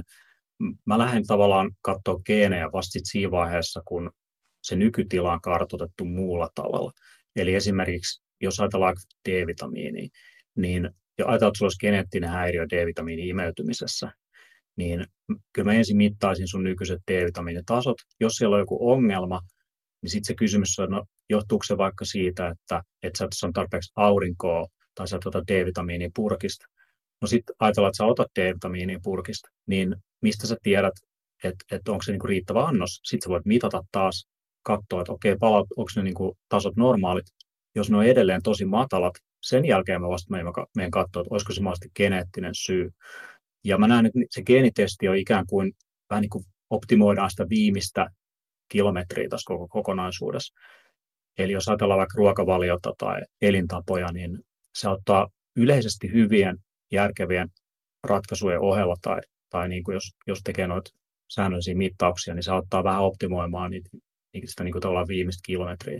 Speaker 5: mä lähden tavallaan katsoa geenejä vasta siinä vaiheessa, kun se nykytila on kartoitettu muulla tavalla. Eli esimerkiksi, jos ajatellaan D-vitamiinia, niin jo ajatellaan, että sulla olisi geneettinen häiriö D-vitamiinin imeytymisessä, niin kyllä mä ensin mittaisin sun nykyiset D-vitamiinitasot. Jos siellä on joku ongelma, niin sitten se kysymys on, no, johtuuko se vaikka siitä, että sä et saa tarpeeksi aurinkoa tai sä et ota D-vitamiinia purkista. No sitten ajatellaan, että sä otat D-vitamiinia purkista, niin mistä sä tiedät, että onko se niinku riittävä annos. Sitten sä voit mitata taas, katsoa, että okei, onko ne niinku tasot normaalit. Jos ne on edelleen tosi matalat, sen jälkeen mä vasta meidän katsoa, että olisiko se mahdollisesti geneettinen syy. Ja mä näen, että se geenitesti on ikään kuin vähän niin kuin optimoidaan sitä viimeistä kilometriä tässä koko kokonaisuudessa. Eli jos ajatellaan vaikka ruokavaliota tai elintapoja, niin se auttaa yleisesti hyvien, järkevien ratkaisujen ohella tai niin kuin jos tekee noita säännöllisiä mittauksia, niin se auttaa vähän optimoimaan sitä niin kuin tavallaan viimeistä kilometriä.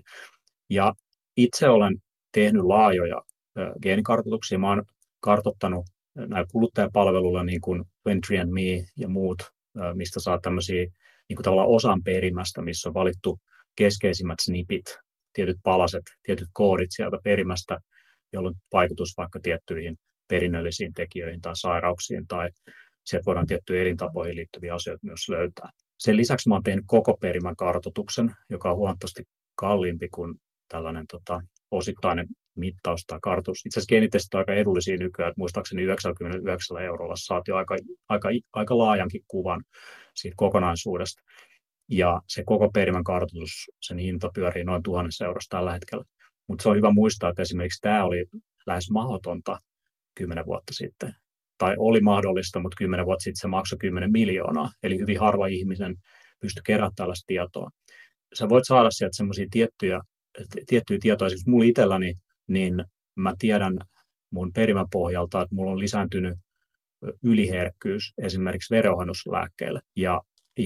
Speaker 5: Ja itse olen tehnyt laajoja geenikartoituksia. Mä oon kartoittanut näillä kuluttajapalveluilla niin kuin 23andMe ja muut, mistä saa tämmöisiä niin kuin tavallaan osan perimästä, missä on valittu keskeisimmät snipit, tietyt palaset, tietyt koodit sieltä perimästä, jolla on vaikutus vaikka tiettyihin perinnöllisiin tekijöihin tai sairauksiin, tai sieltä voidaan tiettyihin elintapoihin liittyviä asioita myös löytää. Sen lisäksi mä oon tehnyt koko perimän kartoituksen, joka on huomattavasti kalliimpi kuin tällainen osittainen mittaus tai kartoitus. Itse asiassa geenitestit on aika edullisia nykyään, että muistaakseni 99 € saat jo aika laajankin kuvan siitä kokonaisuudesta. Ja se koko perimän kartoitus, sen hinta pyörii noin 1 000 € tällä hetkellä. Mutta se on hyvä muistaa, että esimerkiksi tämä oli lähes mahdotonta 10 vuotta sitten. Tai oli mahdollista, mutta 10 vuotta sitten se maksoi 10 miljoonaa. Eli hyvin harva ihmisen pystyi keräämään tällaista tietoa. Sä voit saada sieltä semmoisia tiettyjä tietoja. Siis mulla itselläni, niin mä tiedän mun perimän pohjalta, että mulla on lisääntynyt yliherkkyys esimerkiksi verenohennuslääkkeille. Ja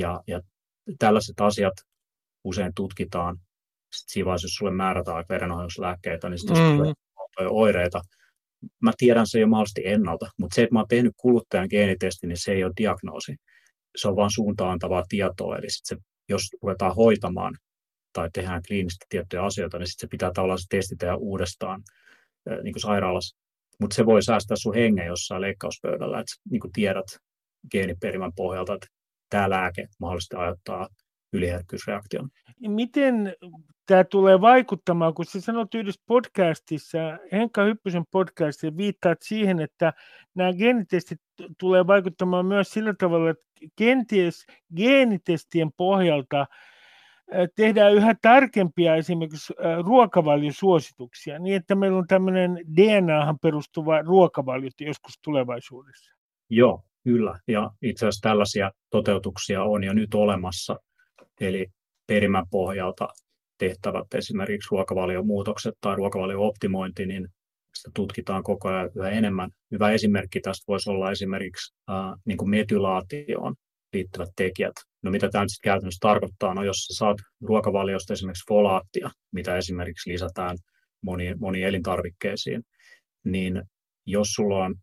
Speaker 5: tällaiset asiat usein tutkitaan. Sitten siinä vaiheessa, jos sulle määrätään verenohennuslääkkeitä, niin sitten tulee oireita. Mä tiedän se jo mahdollisesti ennalta, mutta se, että mä oon tehnyt kuluttajan geenitesti, niin se ei ole diagnoosi. Se on vain suuntaantavaa tietoa. Eli sit se, jos ruvetaan hoitamaan tai tehdään kliinisesti tiettyjä asioita, niin sitten se pitää tavallaan se testi tehdä uudestaan niin kuin sairaalassa. Mutta se voi säästää sun hengen jossain leikkauspöydällä, että niin kuin tiedät geeniperimän pohjalta, että tämä lääke mahdollisesti aiheuttaa yliherkkyysreaktion.
Speaker 3: Miten tämä tulee vaikuttamaan, kun sä sanot yhdessä podcastissa, Henkka Hyppysen podcastissa, viittaat siihen, että nämä geenitestit tulee vaikuttamaan myös sillä tavalla, että kenties geenitestien pohjalta tehdään yhä tarkempia esimerkiksi ruokavaliosuosituksia, niin että meillä on tämmöinen DNAhan perustuva ruokavalio joskus tulevaisuudessa.
Speaker 5: Joo, kyllä. Ja itse asiassa tällaisia toteutuksia on jo nyt olemassa. Eli perimän pohjalta tehtävät esimerkiksi ruokavaliomuutokset tai ruokavalio-optimointi, niin sitä tutkitaan koko ajan yhä enemmän. Hyvä esimerkki tästä voisi olla esimerkiksi niin kuin metylaatioon liittyvät tekijät. No mitä tämä nyt sitten käytännössä tarkoittaa? No jos sä saat ruokavaliosta esimerkiksi folaattia, mitä esimerkiksi lisätään moniin elintarvikkeisiin, niin jos sulla on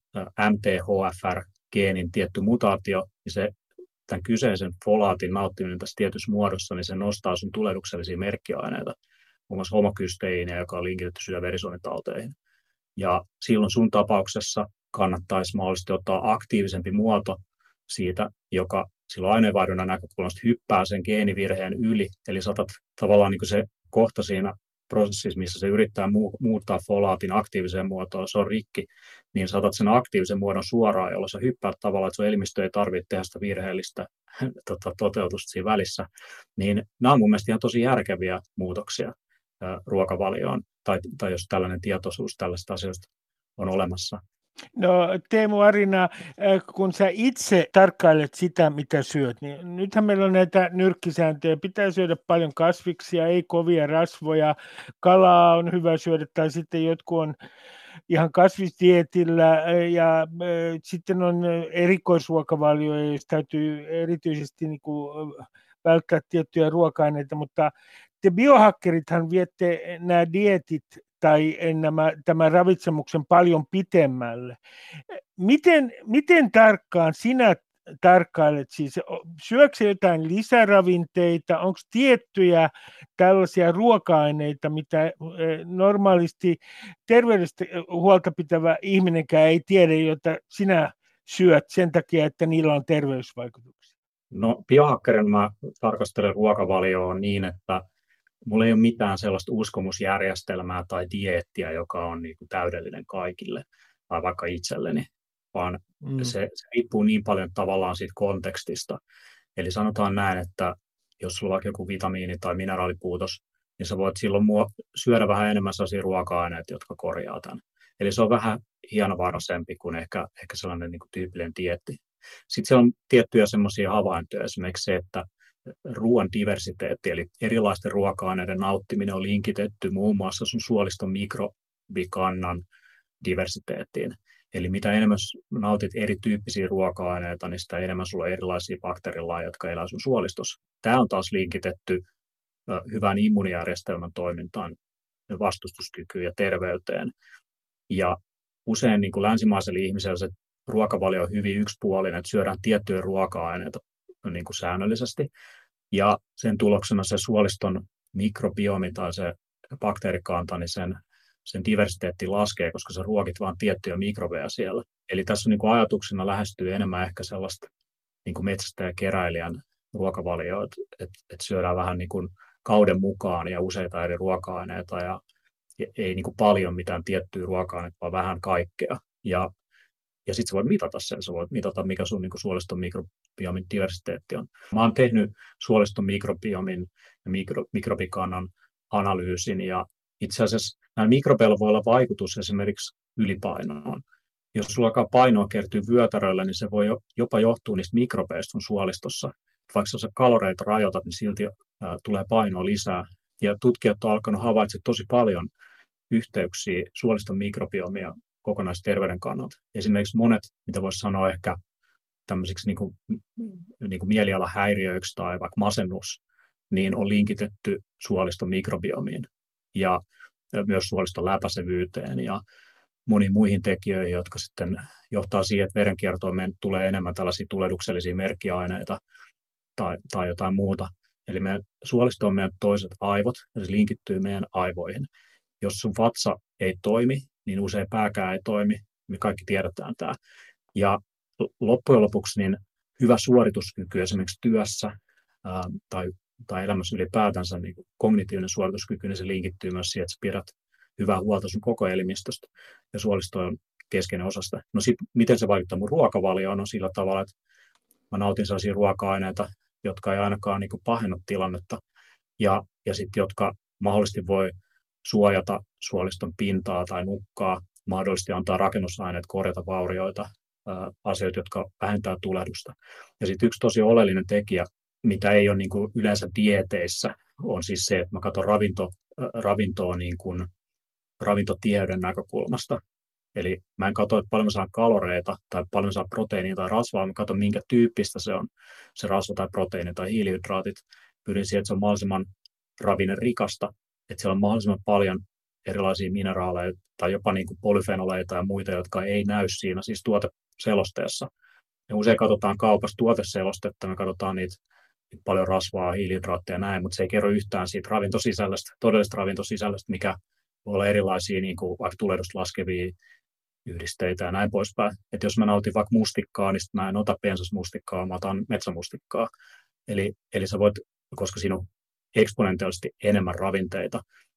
Speaker 5: MTHFR-geenin tietty mutaatio, niin se tämän kyseisen folaatin nauttiminen tässä tietyssä muodossa, niin se nostaa sun tulehduksellisia merkkiaineita, muun muassa homokysteiiniä, joka on linkitetty sydän-verisuonitauteihin. Ja silloin sun tapauksessa kannattaisi mahdollisesti ottaa aktiivisempi muoto siitä, joka silloin aineenvaihdunnan näkökulmasta hyppää sen geenivirheen yli, eli saatat tavallaan niin kuin se kohta siinä prosessissa, missä se yrittää muuttaa folaatin aktiiviseen muotoon, se on rikki, niin sä otat sen aktiivisen muodon suoraan, jolloin sä hyppäät tavallaan, että sun elimistö ei tarvitse tehdä sitä virheellistä toteutusta siinä välissä. Niin nämä on mun mielestä ihan tosi järkeviä muutoksia ruokavalioon, tai jos tällainen tietoisuus tällaista asioista on olemassa.
Speaker 3: No Teemu Arina, kun sä itse tarkkailet sitä, mitä syöt, niin nythän meillä on näitä nyrkkisääntöjä. Pitää syödä paljon kasviksia, ei kovia rasvoja, kalaa on hyvä syödä, tai sitten jotkut on ihan kasvisdietillä, ja sitten on erikoisruokavalioja, jos täytyy erityisesti niin kuin välttää tiettyjä ruoka-aineita, mutta te biohakkerithan viette nämä dieetit tai tämän ravitsemuksen paljon pitemmälle. Miten tarkkaan sinä tarkkailet, siis syöksä jotain lisäravinteita, onko tiettyjä tällaisia ruoka-aineita, mitä normaalisti terveydestä huolta pitävä ihminenkään ei tiedä, jota sinä syöt sen takia, että niillä on terveysvaikutuksia?
Speaker 5: No biohakkerin mä tarkastelen ruokavalioon niin, että mulla ei ole mitään sellaista uskomusjärjestelmää tai dieettiä, joka on niin kuin täydellinen kaikille, tai vaikka itselleni, vaan se riippuu niin paljon tavallaan siitä kontekstista. Eli sanotaan näin, että jos sulla on joku vitamiini- tai mineraalipuutos, niin sä voit silloin syödä vähän enemmän sellaisia ruoka-aineita, jotka korjaa tämän. Eli se on vähän hienovaraisempi kuin ehkä sellainen niin kuin tyypillinen dieetti. Sitten se on tiettyjä semmoisia havaintoja, esimerkiksi se, että ruoan diversiteetti, eli erilaisten ruoka-aineiden nauttiminen on linkitetty muun muassa sun suoliston mikrobikannan diversiteettiin. Eli mitä enemmän nautit erityyppisiä ruoka-aineita, niin sitä enemmän sulla on erilaisia bakteerilajeja, jotka elää sun suolistossa. Tämä on taas linkitetty hyvän immuunijärjestelmän toimintaan, vastustuskykyyn ja terveyteen. Ja usein niin kuin länsimaisella ihmisellä se ruokavalio on hyvin yksipuolinen, että syödään tiettyjä ruoka-aineita niin kuin säännöllisesti, ja sen tuloksena se suoliston mikrobiomi tai se bakteerikanta, niin sen diversiteetti laskee, koska sä ruokit vaan tiettyjä mikrobeja siellä. Eli tässä niin kuin ajatuksena lähestyy enemmän ehkä sellaista niin kuin metsästäjä-keräilijän ruokavalioa, että syödään vähän niin kuin kauden mukaan ja useita eri ruoka-aineita, ja ei niin kuin paljon mitään tiettyä ruoka-aineita, vaan vähän kaikkea. Ja sitten sä voit mitata sen, sä voit mitata, mikä sun niin kuin suoliston mikrobiomin diversiteetti on. Mä oon tehnyt suoliston mikrobiomin ja mikrobikannan analyysin, ja itse asiassa näillä mikrobeilla voi olla vaikutus esimerkiksi ylipainoon. Jos sulla alkaa painoa kertyy vyötäröillä, niin se voi jopa johtua niistä mikrobeista sun suolistossa. Vaikka sä kaloreita rajoitat, niin silti tulee painoa lisää. Ja tutkijat on alkanut havaita tosi paljon yhteyksiä suoliston mikrobiomia kokonaisterveyden kannalta. Esimerkiksi monet, mitä voisi sanoa ehkä tämmöisiksi niin kuin mielialahäiriöiksi tai vaikka masennus, niin on linkitetty suoliston mikrobiomiin ja myös suoliston läpäisevyyteen ja moniin muihin tekijöihin, jotka sitten johtaa siihen, että verenkiertoon tulee enemmän tällaisia tulehduksellisia merkkiaineita tai jotain muuta. Eli meidän suolisto on meidän toiset aivot, ja se linkittyy meidän aivoihin. Jos sun vatsa ei toimi, niin usein pääkään ei toimi. Me kaikki tiedetään tämä. Ja loppujen lopuksi niin hyvä suorituskyky esimerkiksi työssä tai elämässä ylipäätänsä, niin kognitiivinen suorituskyky, niin se linkittyy myös siihen, että sä pidät hyvää huolta sun koko elimistöstä, ja suolisto on keskeinen osa sitä. No sitten, miten se vaikuttaa mun ruokavalioon, on sillä tavalla, että mä nautin sellaisia ruoka-aineita, jotka ei ainakaan niin kuin pahenna tilannetta, ja sitten jotka mahdollisesti voi suojata suoliston pintaa tai nukkaa, mahdollisesti antaa rakennusaineet, korjata vaurioita, asioita, jotka vähentää tulehdusta. Ja sitten yksi tosi oleellinen tekijä, mitä ei ole niin kuin yleensä dieteissä, on siis se, että mä katson ravintoa niin kuin ravintotiheyden näkökulmasta. Eli mä en katso, että paljon mä saan kaloreita tai paljon mä saan proteiinia tai rasvaa, mä katson, minkä tyyppistä se on, se rasva tai proteiini tai hiilihydraatit. Pyrin siihen, että se on mahdollisimman ravinnerikasta, että siellä on mahdollisimman paljon erilaisia mineraaleja tai jopa niin kuin polyfenoleita ja muita, jotka ei näy siinä siis tuoteselosteessa. Ja usein katsotaan kaupassa tuoteselostetta, me katsotaan niitä paljon rasvaa, hiilihydraatteja ja näin, mutta se ei kerro yhtään siitä ravintosisällöstä, todellisesta ravintosisällöstä, mikä voi olla erilaisia niin kuin vaikka tulehdusta laskevia yhdisteitä ja näin poispäin. Että jos mä nautin vaikka mustikkaa, niin mä en ota pensasmustikkaa, mä otan metsämustikkaa. Eli sä voit, koska siinä on eksponentiaalisesti enemmän ravinteita,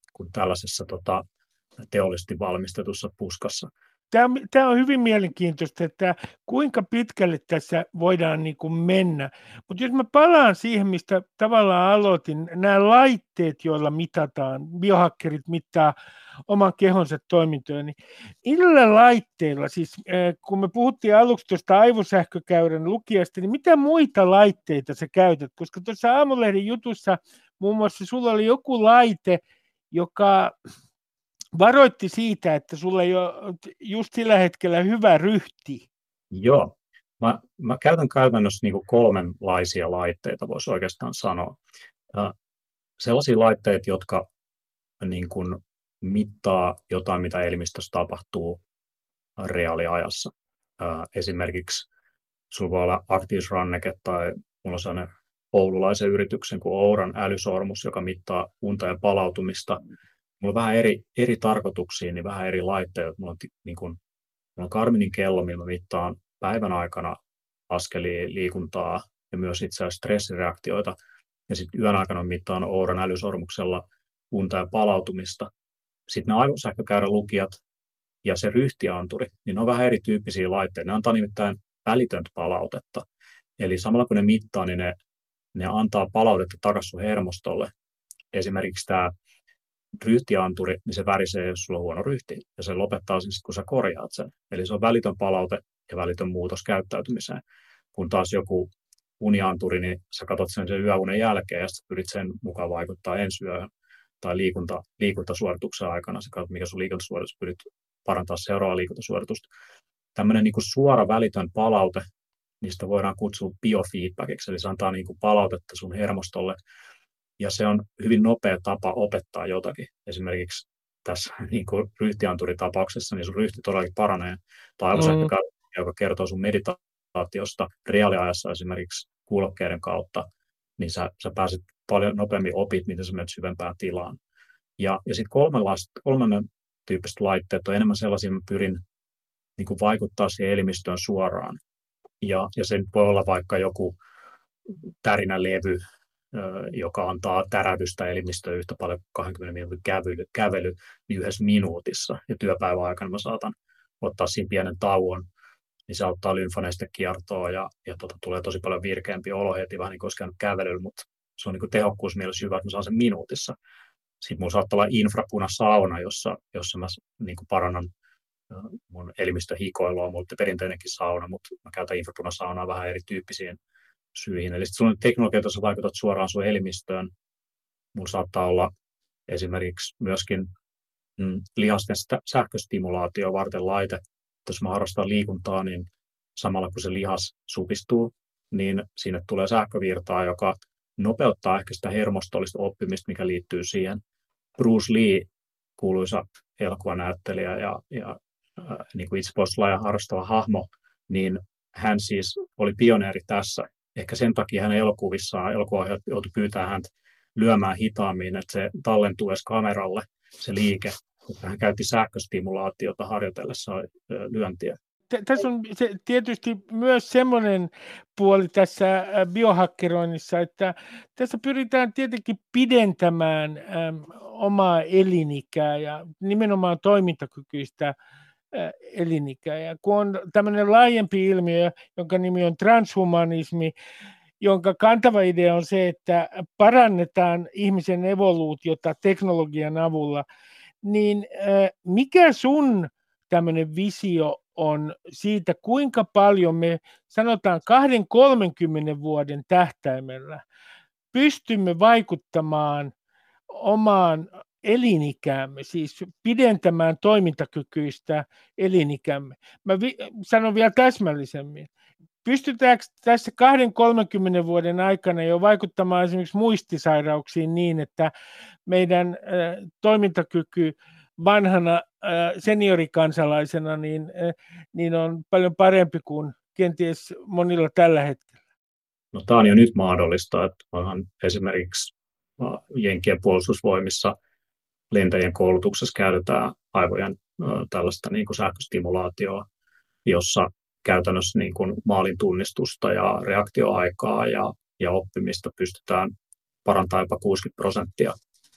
Speaker 5: kuin tällaisessa teollisesti valmistetussa puskassa.
Speaker 3: Tämä on hyvin mielenkiintoista, että kuinka pitkälle tässä voidaan niin kuin mennä. Mutta jos mä palaan siihen, mistä tavallaan aloitin, nämä laitteet, joilla mitataan, biohakkerit mittaa oman kehonsa toimintoja, niin millä laitteilla, siis kun me puhuttiin aluksi tuosta aivosähkökäyrän lukijasta, niin mitä muita laitteita sä käytät? Koska tuossa Aamulehden jutussa muun muassa sulla oli joku laite, joka varoitti siitä, että sulla ei ole just sillä hetkellä hyvä ryhti.
Speaker 5: Joo. Mä käytän käytännössä niin kuin kolmenlaisia laitteita, voisi oikeastaan sanoa. Sellaisia laitteita, jotka niin kuin mittaa jotain, mitä elimistössä tapahtuu reaaliajassa. Esimerkiksi sulla voi olla aktiivisranneke tai mulla on sellainen oululaisen yrityksen kuin Ouran älysormus, joka mittaa unta ja palautumista. Mulla on vähän eri tarkoituksiin, niin vähän eri laitteita. Mulla on Garminin kello, millä mä mittaan päivän aikana askelia, liikuntaa ja myös itse asiassa stressireaktioita. Ja sitten yön aikana mittaan Ouran älysormuksella unta ja palautumista. Sitten ne aivosähkökäyrän lukijat ja se ryhtianturi, niin ne on vähän erityyppisiä laitteita. Ne antaa nimittäin välitöntä palautetta. Eli samalla kun ne mittaa, niin ne antaa palautetta takaisin sun hermostolle. Esimerkiksi tämä ryhtianturi, niin se värisee, jos sulla on huono ryhti, ja se lopettaa sen, kun sä korjaat sen. Eli se on välitön palaute ja välitön muutos käyttäytymiseen. Kun taas joku unianturi, niin sä katsot sen yöunen jälkeen, ja sitten pyrit sen mukaan vaikuttaa ensi yöhön tai liikuntasuorituksen aikana. Sä katsot, mikä sun liikuntasuoritus, pyrit parantaa seuraavaa liikuntasuoritusta. Tämmöinen niin kuin suora välitön palaute, niistä voidaan kutsua biofeedbackiksi, eli se antaa niin kuin palautetta sun hermostolle. Ja se on hyvin nopea tapa opettaa jotakin. Esimerkiksi tässä niin kuin ryhtianturitapauksessa niin sun ryhti todellakin paranee. Tai aivosähkökäyrä, joka kertoo sun meditaatiosta reaaliajassa esimerkiksi kuulokkeiden kautta, niin sä pääset paljon nopeammin opit, miten sä menet syvempään tilaan. Ja sitten kolmannen tyyppiset laitteet on enemmän sellaisia, mä pyrin niin kuin vaikuttaa siihen elimistöön suoraan. Ja se voi olla vaikka joku tärinälevy, joka antaa tärähdystä elimistöön yhtä paljon kuin 20 minuutin kävely niin 1 minuutissa. Ja työpäivän aikana mä saatan ottaa siinä pienen tauon, niin se auttaa lymfanestekiertoa ja tulee tosi paljon virkeämpi olo heti, vähän niin kuin olisi käynyt kävelyllä, mutta se on niin kuin tehokkuusmielessä hyvä, että mä saan sen minuutissa. Sitten mulla saattaa olla infrapunasauna, jossa mä niin kuin parannan mun elimistön hikoilua, mulla on perinteinenkin sauna, mutta mä käytän infrapunasaunaa vähän erityyppisiin syihin. Eli sitten sulla on teknologia, jossa vaikutat suoraan sun elimistöön. Mulla saattaa olla esimerkiksi myöskin lihasten sähköstimulaatio varten laite. Jos mä harrastan liikuntaa, niin samalla kun se lihas supistuu, niin sinne tulee sähkövirtaa, joka nopeuttaa ehkä sitä hermostollista oppimista, mikä liittyy siihen. Bruce Lee, kuuluisa elokuvanäyttelijä ja niin kuin itsepuolustuslajeja harrastava hahmo, niin hän siis oli pioneeri tässä. Ehkä sen takia hänen elokuvaohjaajat joutui pyytämään häntä lyömään hitaammin, että se tallentuu edes kameralle, se liike. Hän käytti sähköstimulaatiota harjoitellessaan lyöntiä.
Speaker 3: Tässä on tietysti myös semmoinen puoli tässä biohakkeroinnissa, että tässä pyritään tietenkin pidentämään omaa elinikää ja nimenomaan toimintakykyistä elinikää. Ja kun on tämmöinen laajempi ilmiö, jonka nimi on transhumanismi, jonka kantava idea on se, että parannetaan ihmisen evoluutiota teknologian avulla, niin mikä sun tämmöinen visio on siitä, kuinka paljon me sanotaan 20-30 vuoden tähtäimellä pystymme vaikuttamaan omaan elinikäämme, siis pidentämään toimintakykyistä elinikämme. Mä sanon vielä täsmällisemmin. Pystytäänkö tässä 20-30 vuoden aikana jo vaikuttamaan esimerkiksi muistisairauksiin niin, että meidän toimintakyky vanhana seniorikansalaisena niin on paljon parempi kuin kenties monilla tällä hetkellä?
Speaker 5: No, tämä on jo nyt mahdollista, että onhan esimerkiksi Jenkien puolustusvoimissa lentäjien koulutuksessa käytetään aivojen tällaista niin kuin sähköstimulaatioa, jossa käytännössä niin kuin maalin tunnistusta ja reaktioaikaa ja oppimista pystytään parantamaan jopa 60%.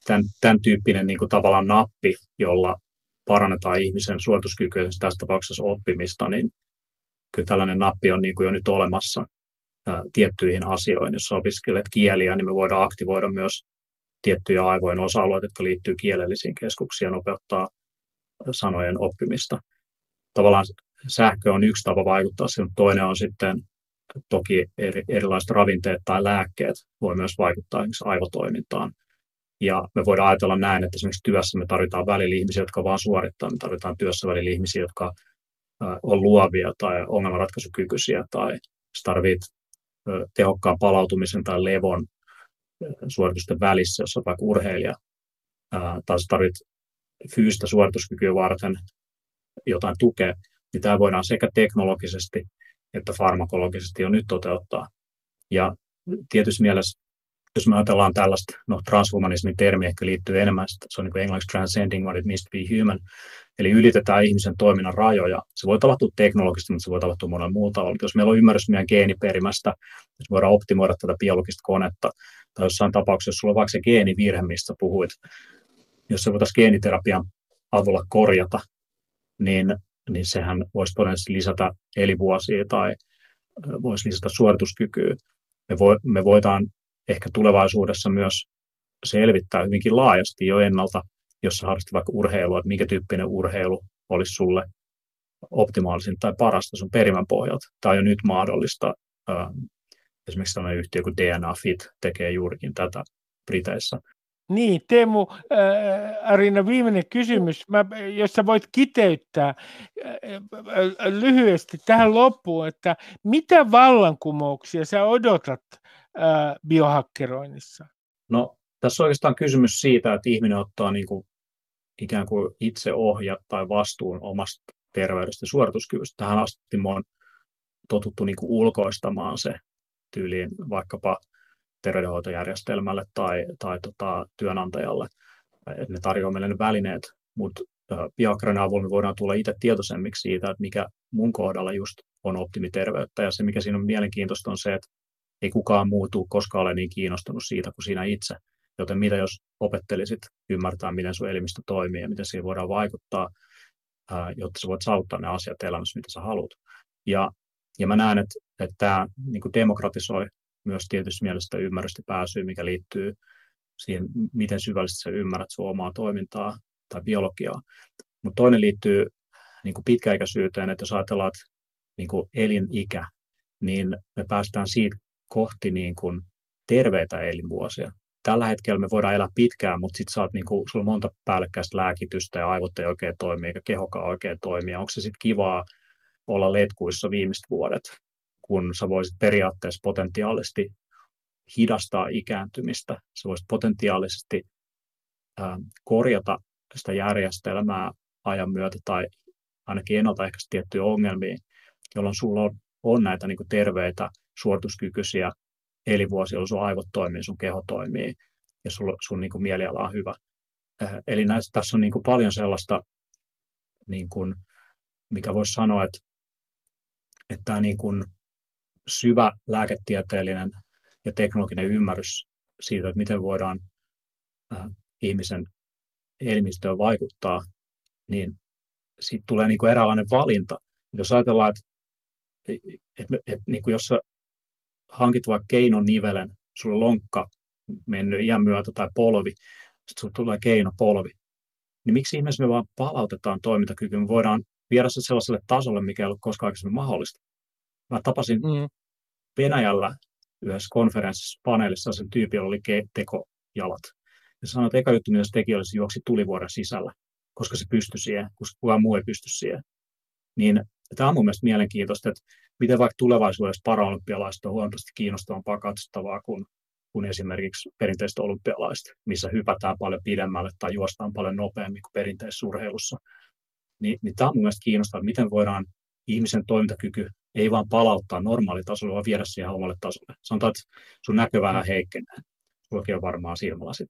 Speaker 5: tämän tyyppinen niin kuin tavallaan nappi, jolla parannetaan ihmisen suorituskykyä, tässä tapauksessa oppimista, niin kyllä tällainen nappi on niin kuin jo nyt olemassa tiettyihin asioihin. Jos opiskelet kieliä, niin me voidaan aktivoida myös tiettyjä aivojen osa-alueita, jotka liittyy kielellisiin keskuksiin ja nopeuttaa sanojen oppimista. Tavallaan sähkö on yksi tapa vaikuttaa siihen, toinen on sitten toki erilaiset ravinteet tai lääkkeet voi myös vaikuttaa esimerkiksi aivotoimintaan. Ja me voidaan ajatella näin, että esimerkiksi työssä me tarvitaan välillä ihmisiä, jotka vaan suorittaa, me tarvitaan työssä välillä ihmisiä, jotka on luovia tai ongelmanratkaisukykyisiä tai tarvitset tehokkaan palautumisen tai levon suoritusten välissä, jos olet vaikka urheilija, tai tarvitset fyysistä suorituskykyä varten jotain tukea, niin tämä voidaan sekä teknologisesti että farmakologisesti jo nyt toteuttaa. Ja tietysti mielessä, jos me ajatellaan tällaista, transhumanismin termi ehkä liittyy enemmän, se on niin kuin englanniksi transcending what it means to be human, eli ylitetään ihmisen toiminnan rajoja. Se voi tapahtua teknologisesti, mutta se voi tapahtua monella muulla tavalla. Jos meillä on ymmärrys meidän geeniperimästä, jos voidaan optimoida tätä biologista konetta, tai jossain tapauksessa, jos sulla on vaikka se geenivirhe, mistä puhuit, jos se voitaisiin geeniterapian avulla korjata, niin sehän voisi todennäköisesti lisätä elinvuosia tai voisi lisätä suorituskykyä. Me voidaan ehkä tulevaisuudessa myös selvittää hyvinkin laajasti jo ennalta, jos sä harrastat vaikka urheilua, että minkä tyyppinen urheilu olisi sulle optimaalisin tai parasta sun perimän pohjalta. Tämä on jo nyt mahdollista. Esimerkiksi sellainen yhtiö kuin DNA Fit tekee juurikin tätä Briteissä.
Speaker 3: Niin, Teemu, Arina, viimeinen kysymys, jos sä voit kiteyttää lyhyesti tähän loppuun, että mitä vallankumouksia sä odotat biohakkeroinnissa?
Speaker 5: No, tässä on oikeastaan kysymys siitä, että ihminen ottaa niin kuin ikään kuin itse ohjat tai vastuun omasta terveydestä ja suorituskyvystä. Tähän asti me on totuttu niin kuin ulkoistamaan se tyyliin vaikkapa terveydenhoitojärjestelmälle tai työnantajalle. Ne tarjoaa meille ne välineet, mutta biohakkeroinnin avulla me voidaan tulla itse tietoisemmiksi siitä, että mikä mun kohdalla just on optimiterveyttä. Ja se, mikä siinä on mielenkiintoista, on se, että ei kukaan muu tule koskaan ole niin kiinnostunut siitä kuin sinä itse. Joten mitä jos opettelisit ymmärtää, miten sun elimistö toimii ja miten siihen voidaan vaikuttaa, jotta sä voit saavuttaa ne asiat elämässä, mitä sä haluat. Ja mä näen, että tämä niin kuin demokratisoi myös tietysti mielestä ymmärrystä pääsyä, mikä liittyy siihen, miten syvällisesti sä ymmärrät sun omaa toimintaa tai biologiaa. Mutta toinen liittyy niin kuin pitkäikäisyyteen, että jos ajatellaan niin kuin elinikä, niin me päästään siitä kohti niin kuin terveitä elinvuosia. Tällä hetkellä me voidaan elää pitkään, mutta sitten niin sulla on monta päällekkäistä lääkitystä ja aivot ei oikein toimi eikä kehokaan oikein toimia. Onko se sitten kivaa olla letkuissa viimeiset vuodet, kun sä voisit periaatteessa potentiaalisesti hidastaa ikääntymistä. Sä voisit potentiaalisesti korjata sitä järjestelmää ajan myötä tai ainakin ennaltaehkäistä tiettyjä ongelmia, jolloin sulla on näitä niin kuin terveitä, suorituskykyisiä elinvuosia, jolloin sun aivot toimii, sun keho toimii ja sun niin kuin mieliala on hyvä. Eli tässä on niin kuin paljon sellaista, niin kuin, mikä voisi sanoa, että tämä niin kuin syvä lääketieteellinen ja teknologinen ymmärrys siitä, että miten voidaan ihmisen elimistöön vaikuttaa, niin siitä tulee niin kuin eräänlainen valinta. Jos ajatellaan, että niin kuin jos sä hankit vaikka keinonivelen, sulla on lonkka mennyt iän myötä tai polvi, sitten sulla tulee keinopolvi, niin miksi ihmeessä me vaan palautetaan toimintakyky? Me voidaan viedä se sellaiselle tasolle, mikä ei ollut koskaan aikaisemmin mahdollista. Mä tapasin Venäjällä yhdessä konferenssissa paneelissa sen tyypin, jolla oli tekojalat. Ja sanoi, että eka juttu, mitä se teki, oli se juoksi tulivuoren sisällä, koska se pystyi siihen, koska kukaan muu ei pysty siihen. Niin tämä on mun mielestä mielenkiintoista, että miten vaikka tulevaisuudessa paraolympialaiset on huomattavasti kiinnostavampaa katsottavaa kuin esimerkiksi perinteiset olympialaiset, missä hypätään paljon pidemmälle tai juostaan paljon nopeammin kuin perinteisessä urheilussa. Niin tämä on mun mielestä kiinnostavaa, miten voidaan ihmisen toimintakyky ei vaan palauttaa normaalitasolle, vaan viedä siihen omalle tasolle. Sanotaan, että sun näkö vähän heikkenee. Sullakin on varmaan silmälasit.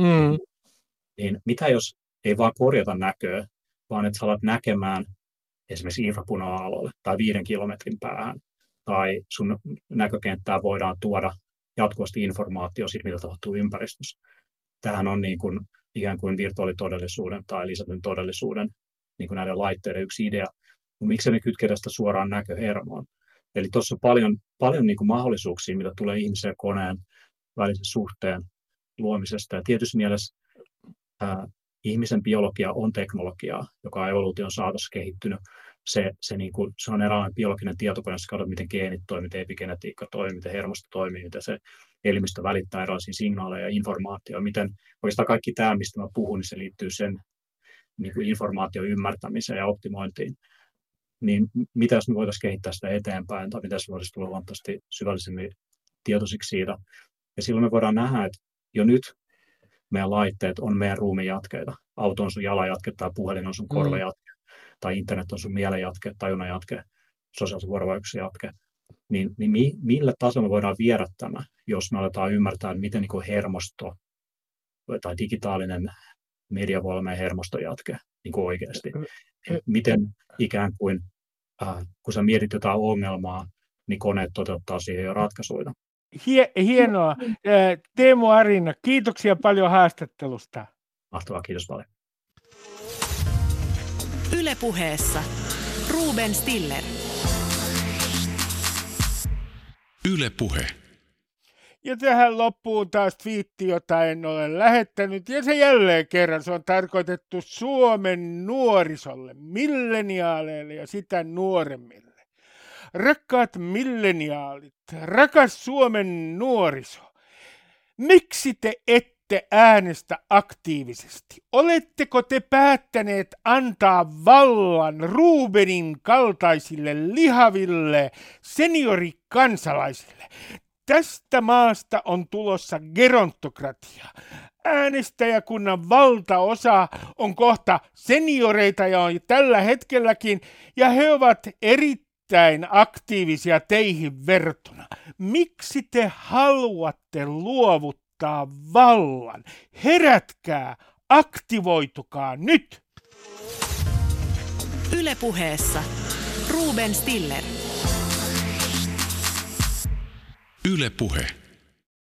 Speaker 5: Niin mitä jos ei vaan korjata näköä, vaan että sä alat näkemään esimerkiksi infrapuna-aloille tai 5 kilometrin päähän, tai sun näkökenttää voidaan tuoda jatkuvasti informaatiota siitä, mitä tapahtuu ympäristössä. tämähän on niin kuin, ikään kuin virtuaalitodellisuuden tai lisätyn todellisuuden niin kuin näiden laitteiden yksi idea. Miksi ne kytketään sitä suoraan näköhermoon? Eli tuossa on paljon niin kuin mahdollisuuksia, mitä tulee ihmisen ja koneen välisen suhteen luomisesta. Ja tietysti mielessä ihmisen biologia on teknologiaa, joka on evoluution saatossa kehittynyt. Se on eräänlainen biologinen tietokone, jossa katsoo, miten geenit toimii, miten epigenetiikka toimii, miten hermosto toimii, miten se elimistö välittää erilaisia signaaleja ja informaatiota. Miten oikeastaan kaikki tämä, mistä mä puhun, niin se liittyy sen niin kuin informaation ymmärtämiseen ja optimointiin. Niin mitä jos me voitaisiin kehittää sitä eteenpäin, tai mitä jos me voitaisiin tulla huomattavasti syvällisemmin tietoisiksi siitä. Ja silloin me voidaan nähdä, että jo nyt meidän laitteet on meidän ruumiin jatkeita. Auto on sun jalan jatke, tai puhelin on sun korvan jatke, tai internet on sun mielen jatke, tajunnan jatke, sosiaalisen vuorovaikutuksen jatke. Niin millä tasolla me voidaan viedä tämä, jos me aletaan ymmärtää, miten niin kuin hermosto tai digitaalinen media voi olla meidän hermostojatke niin kuin oikeasti. Miten ikään kuin, kun sä mietit jotain ongelmaa, niin koneet toteuttaa siihen jo ratkaisuja.
Speaker 3: Hienoa. Teemu Arina, kiitoksia paljon haastattelusta.
Speaker 5: Mahtavaa, kiitos paljon.
Speaker 1: Yle Puheessa Ruben Stiller.
Speaker 2: Yle Puhe.
Speaker 3: Ja tähän loppuun taas twiitti, jota en ole lähettänyt. Ja se jälleen kerran, se on tarkoitettu Suomen nuorisolle, milleniaaleille ja sitä nuoremmille. Rakkaat milleniaalit, rakas Suomen nuoriso, miksi te ette äänestä aktiivisesti? Oletteko te päättäneet antaa vallan Rubenin kaltaisille lihaville seniorikansalaisille? Tästä maasta on tulossa gerontokratia. Äänestäjäkunnan valtaosa on kohta senioreita ja on tällä hetkelläkin, ja he ovat erittäin aktiivisia teihin verrattuna. Miksi te haluatte luovuttaa vallan? Herätkää, aktivoitukaa nyt!
Speaker 1: Yle Puheessa Ruben Stiller.
Speaker 2: Yle Puhe.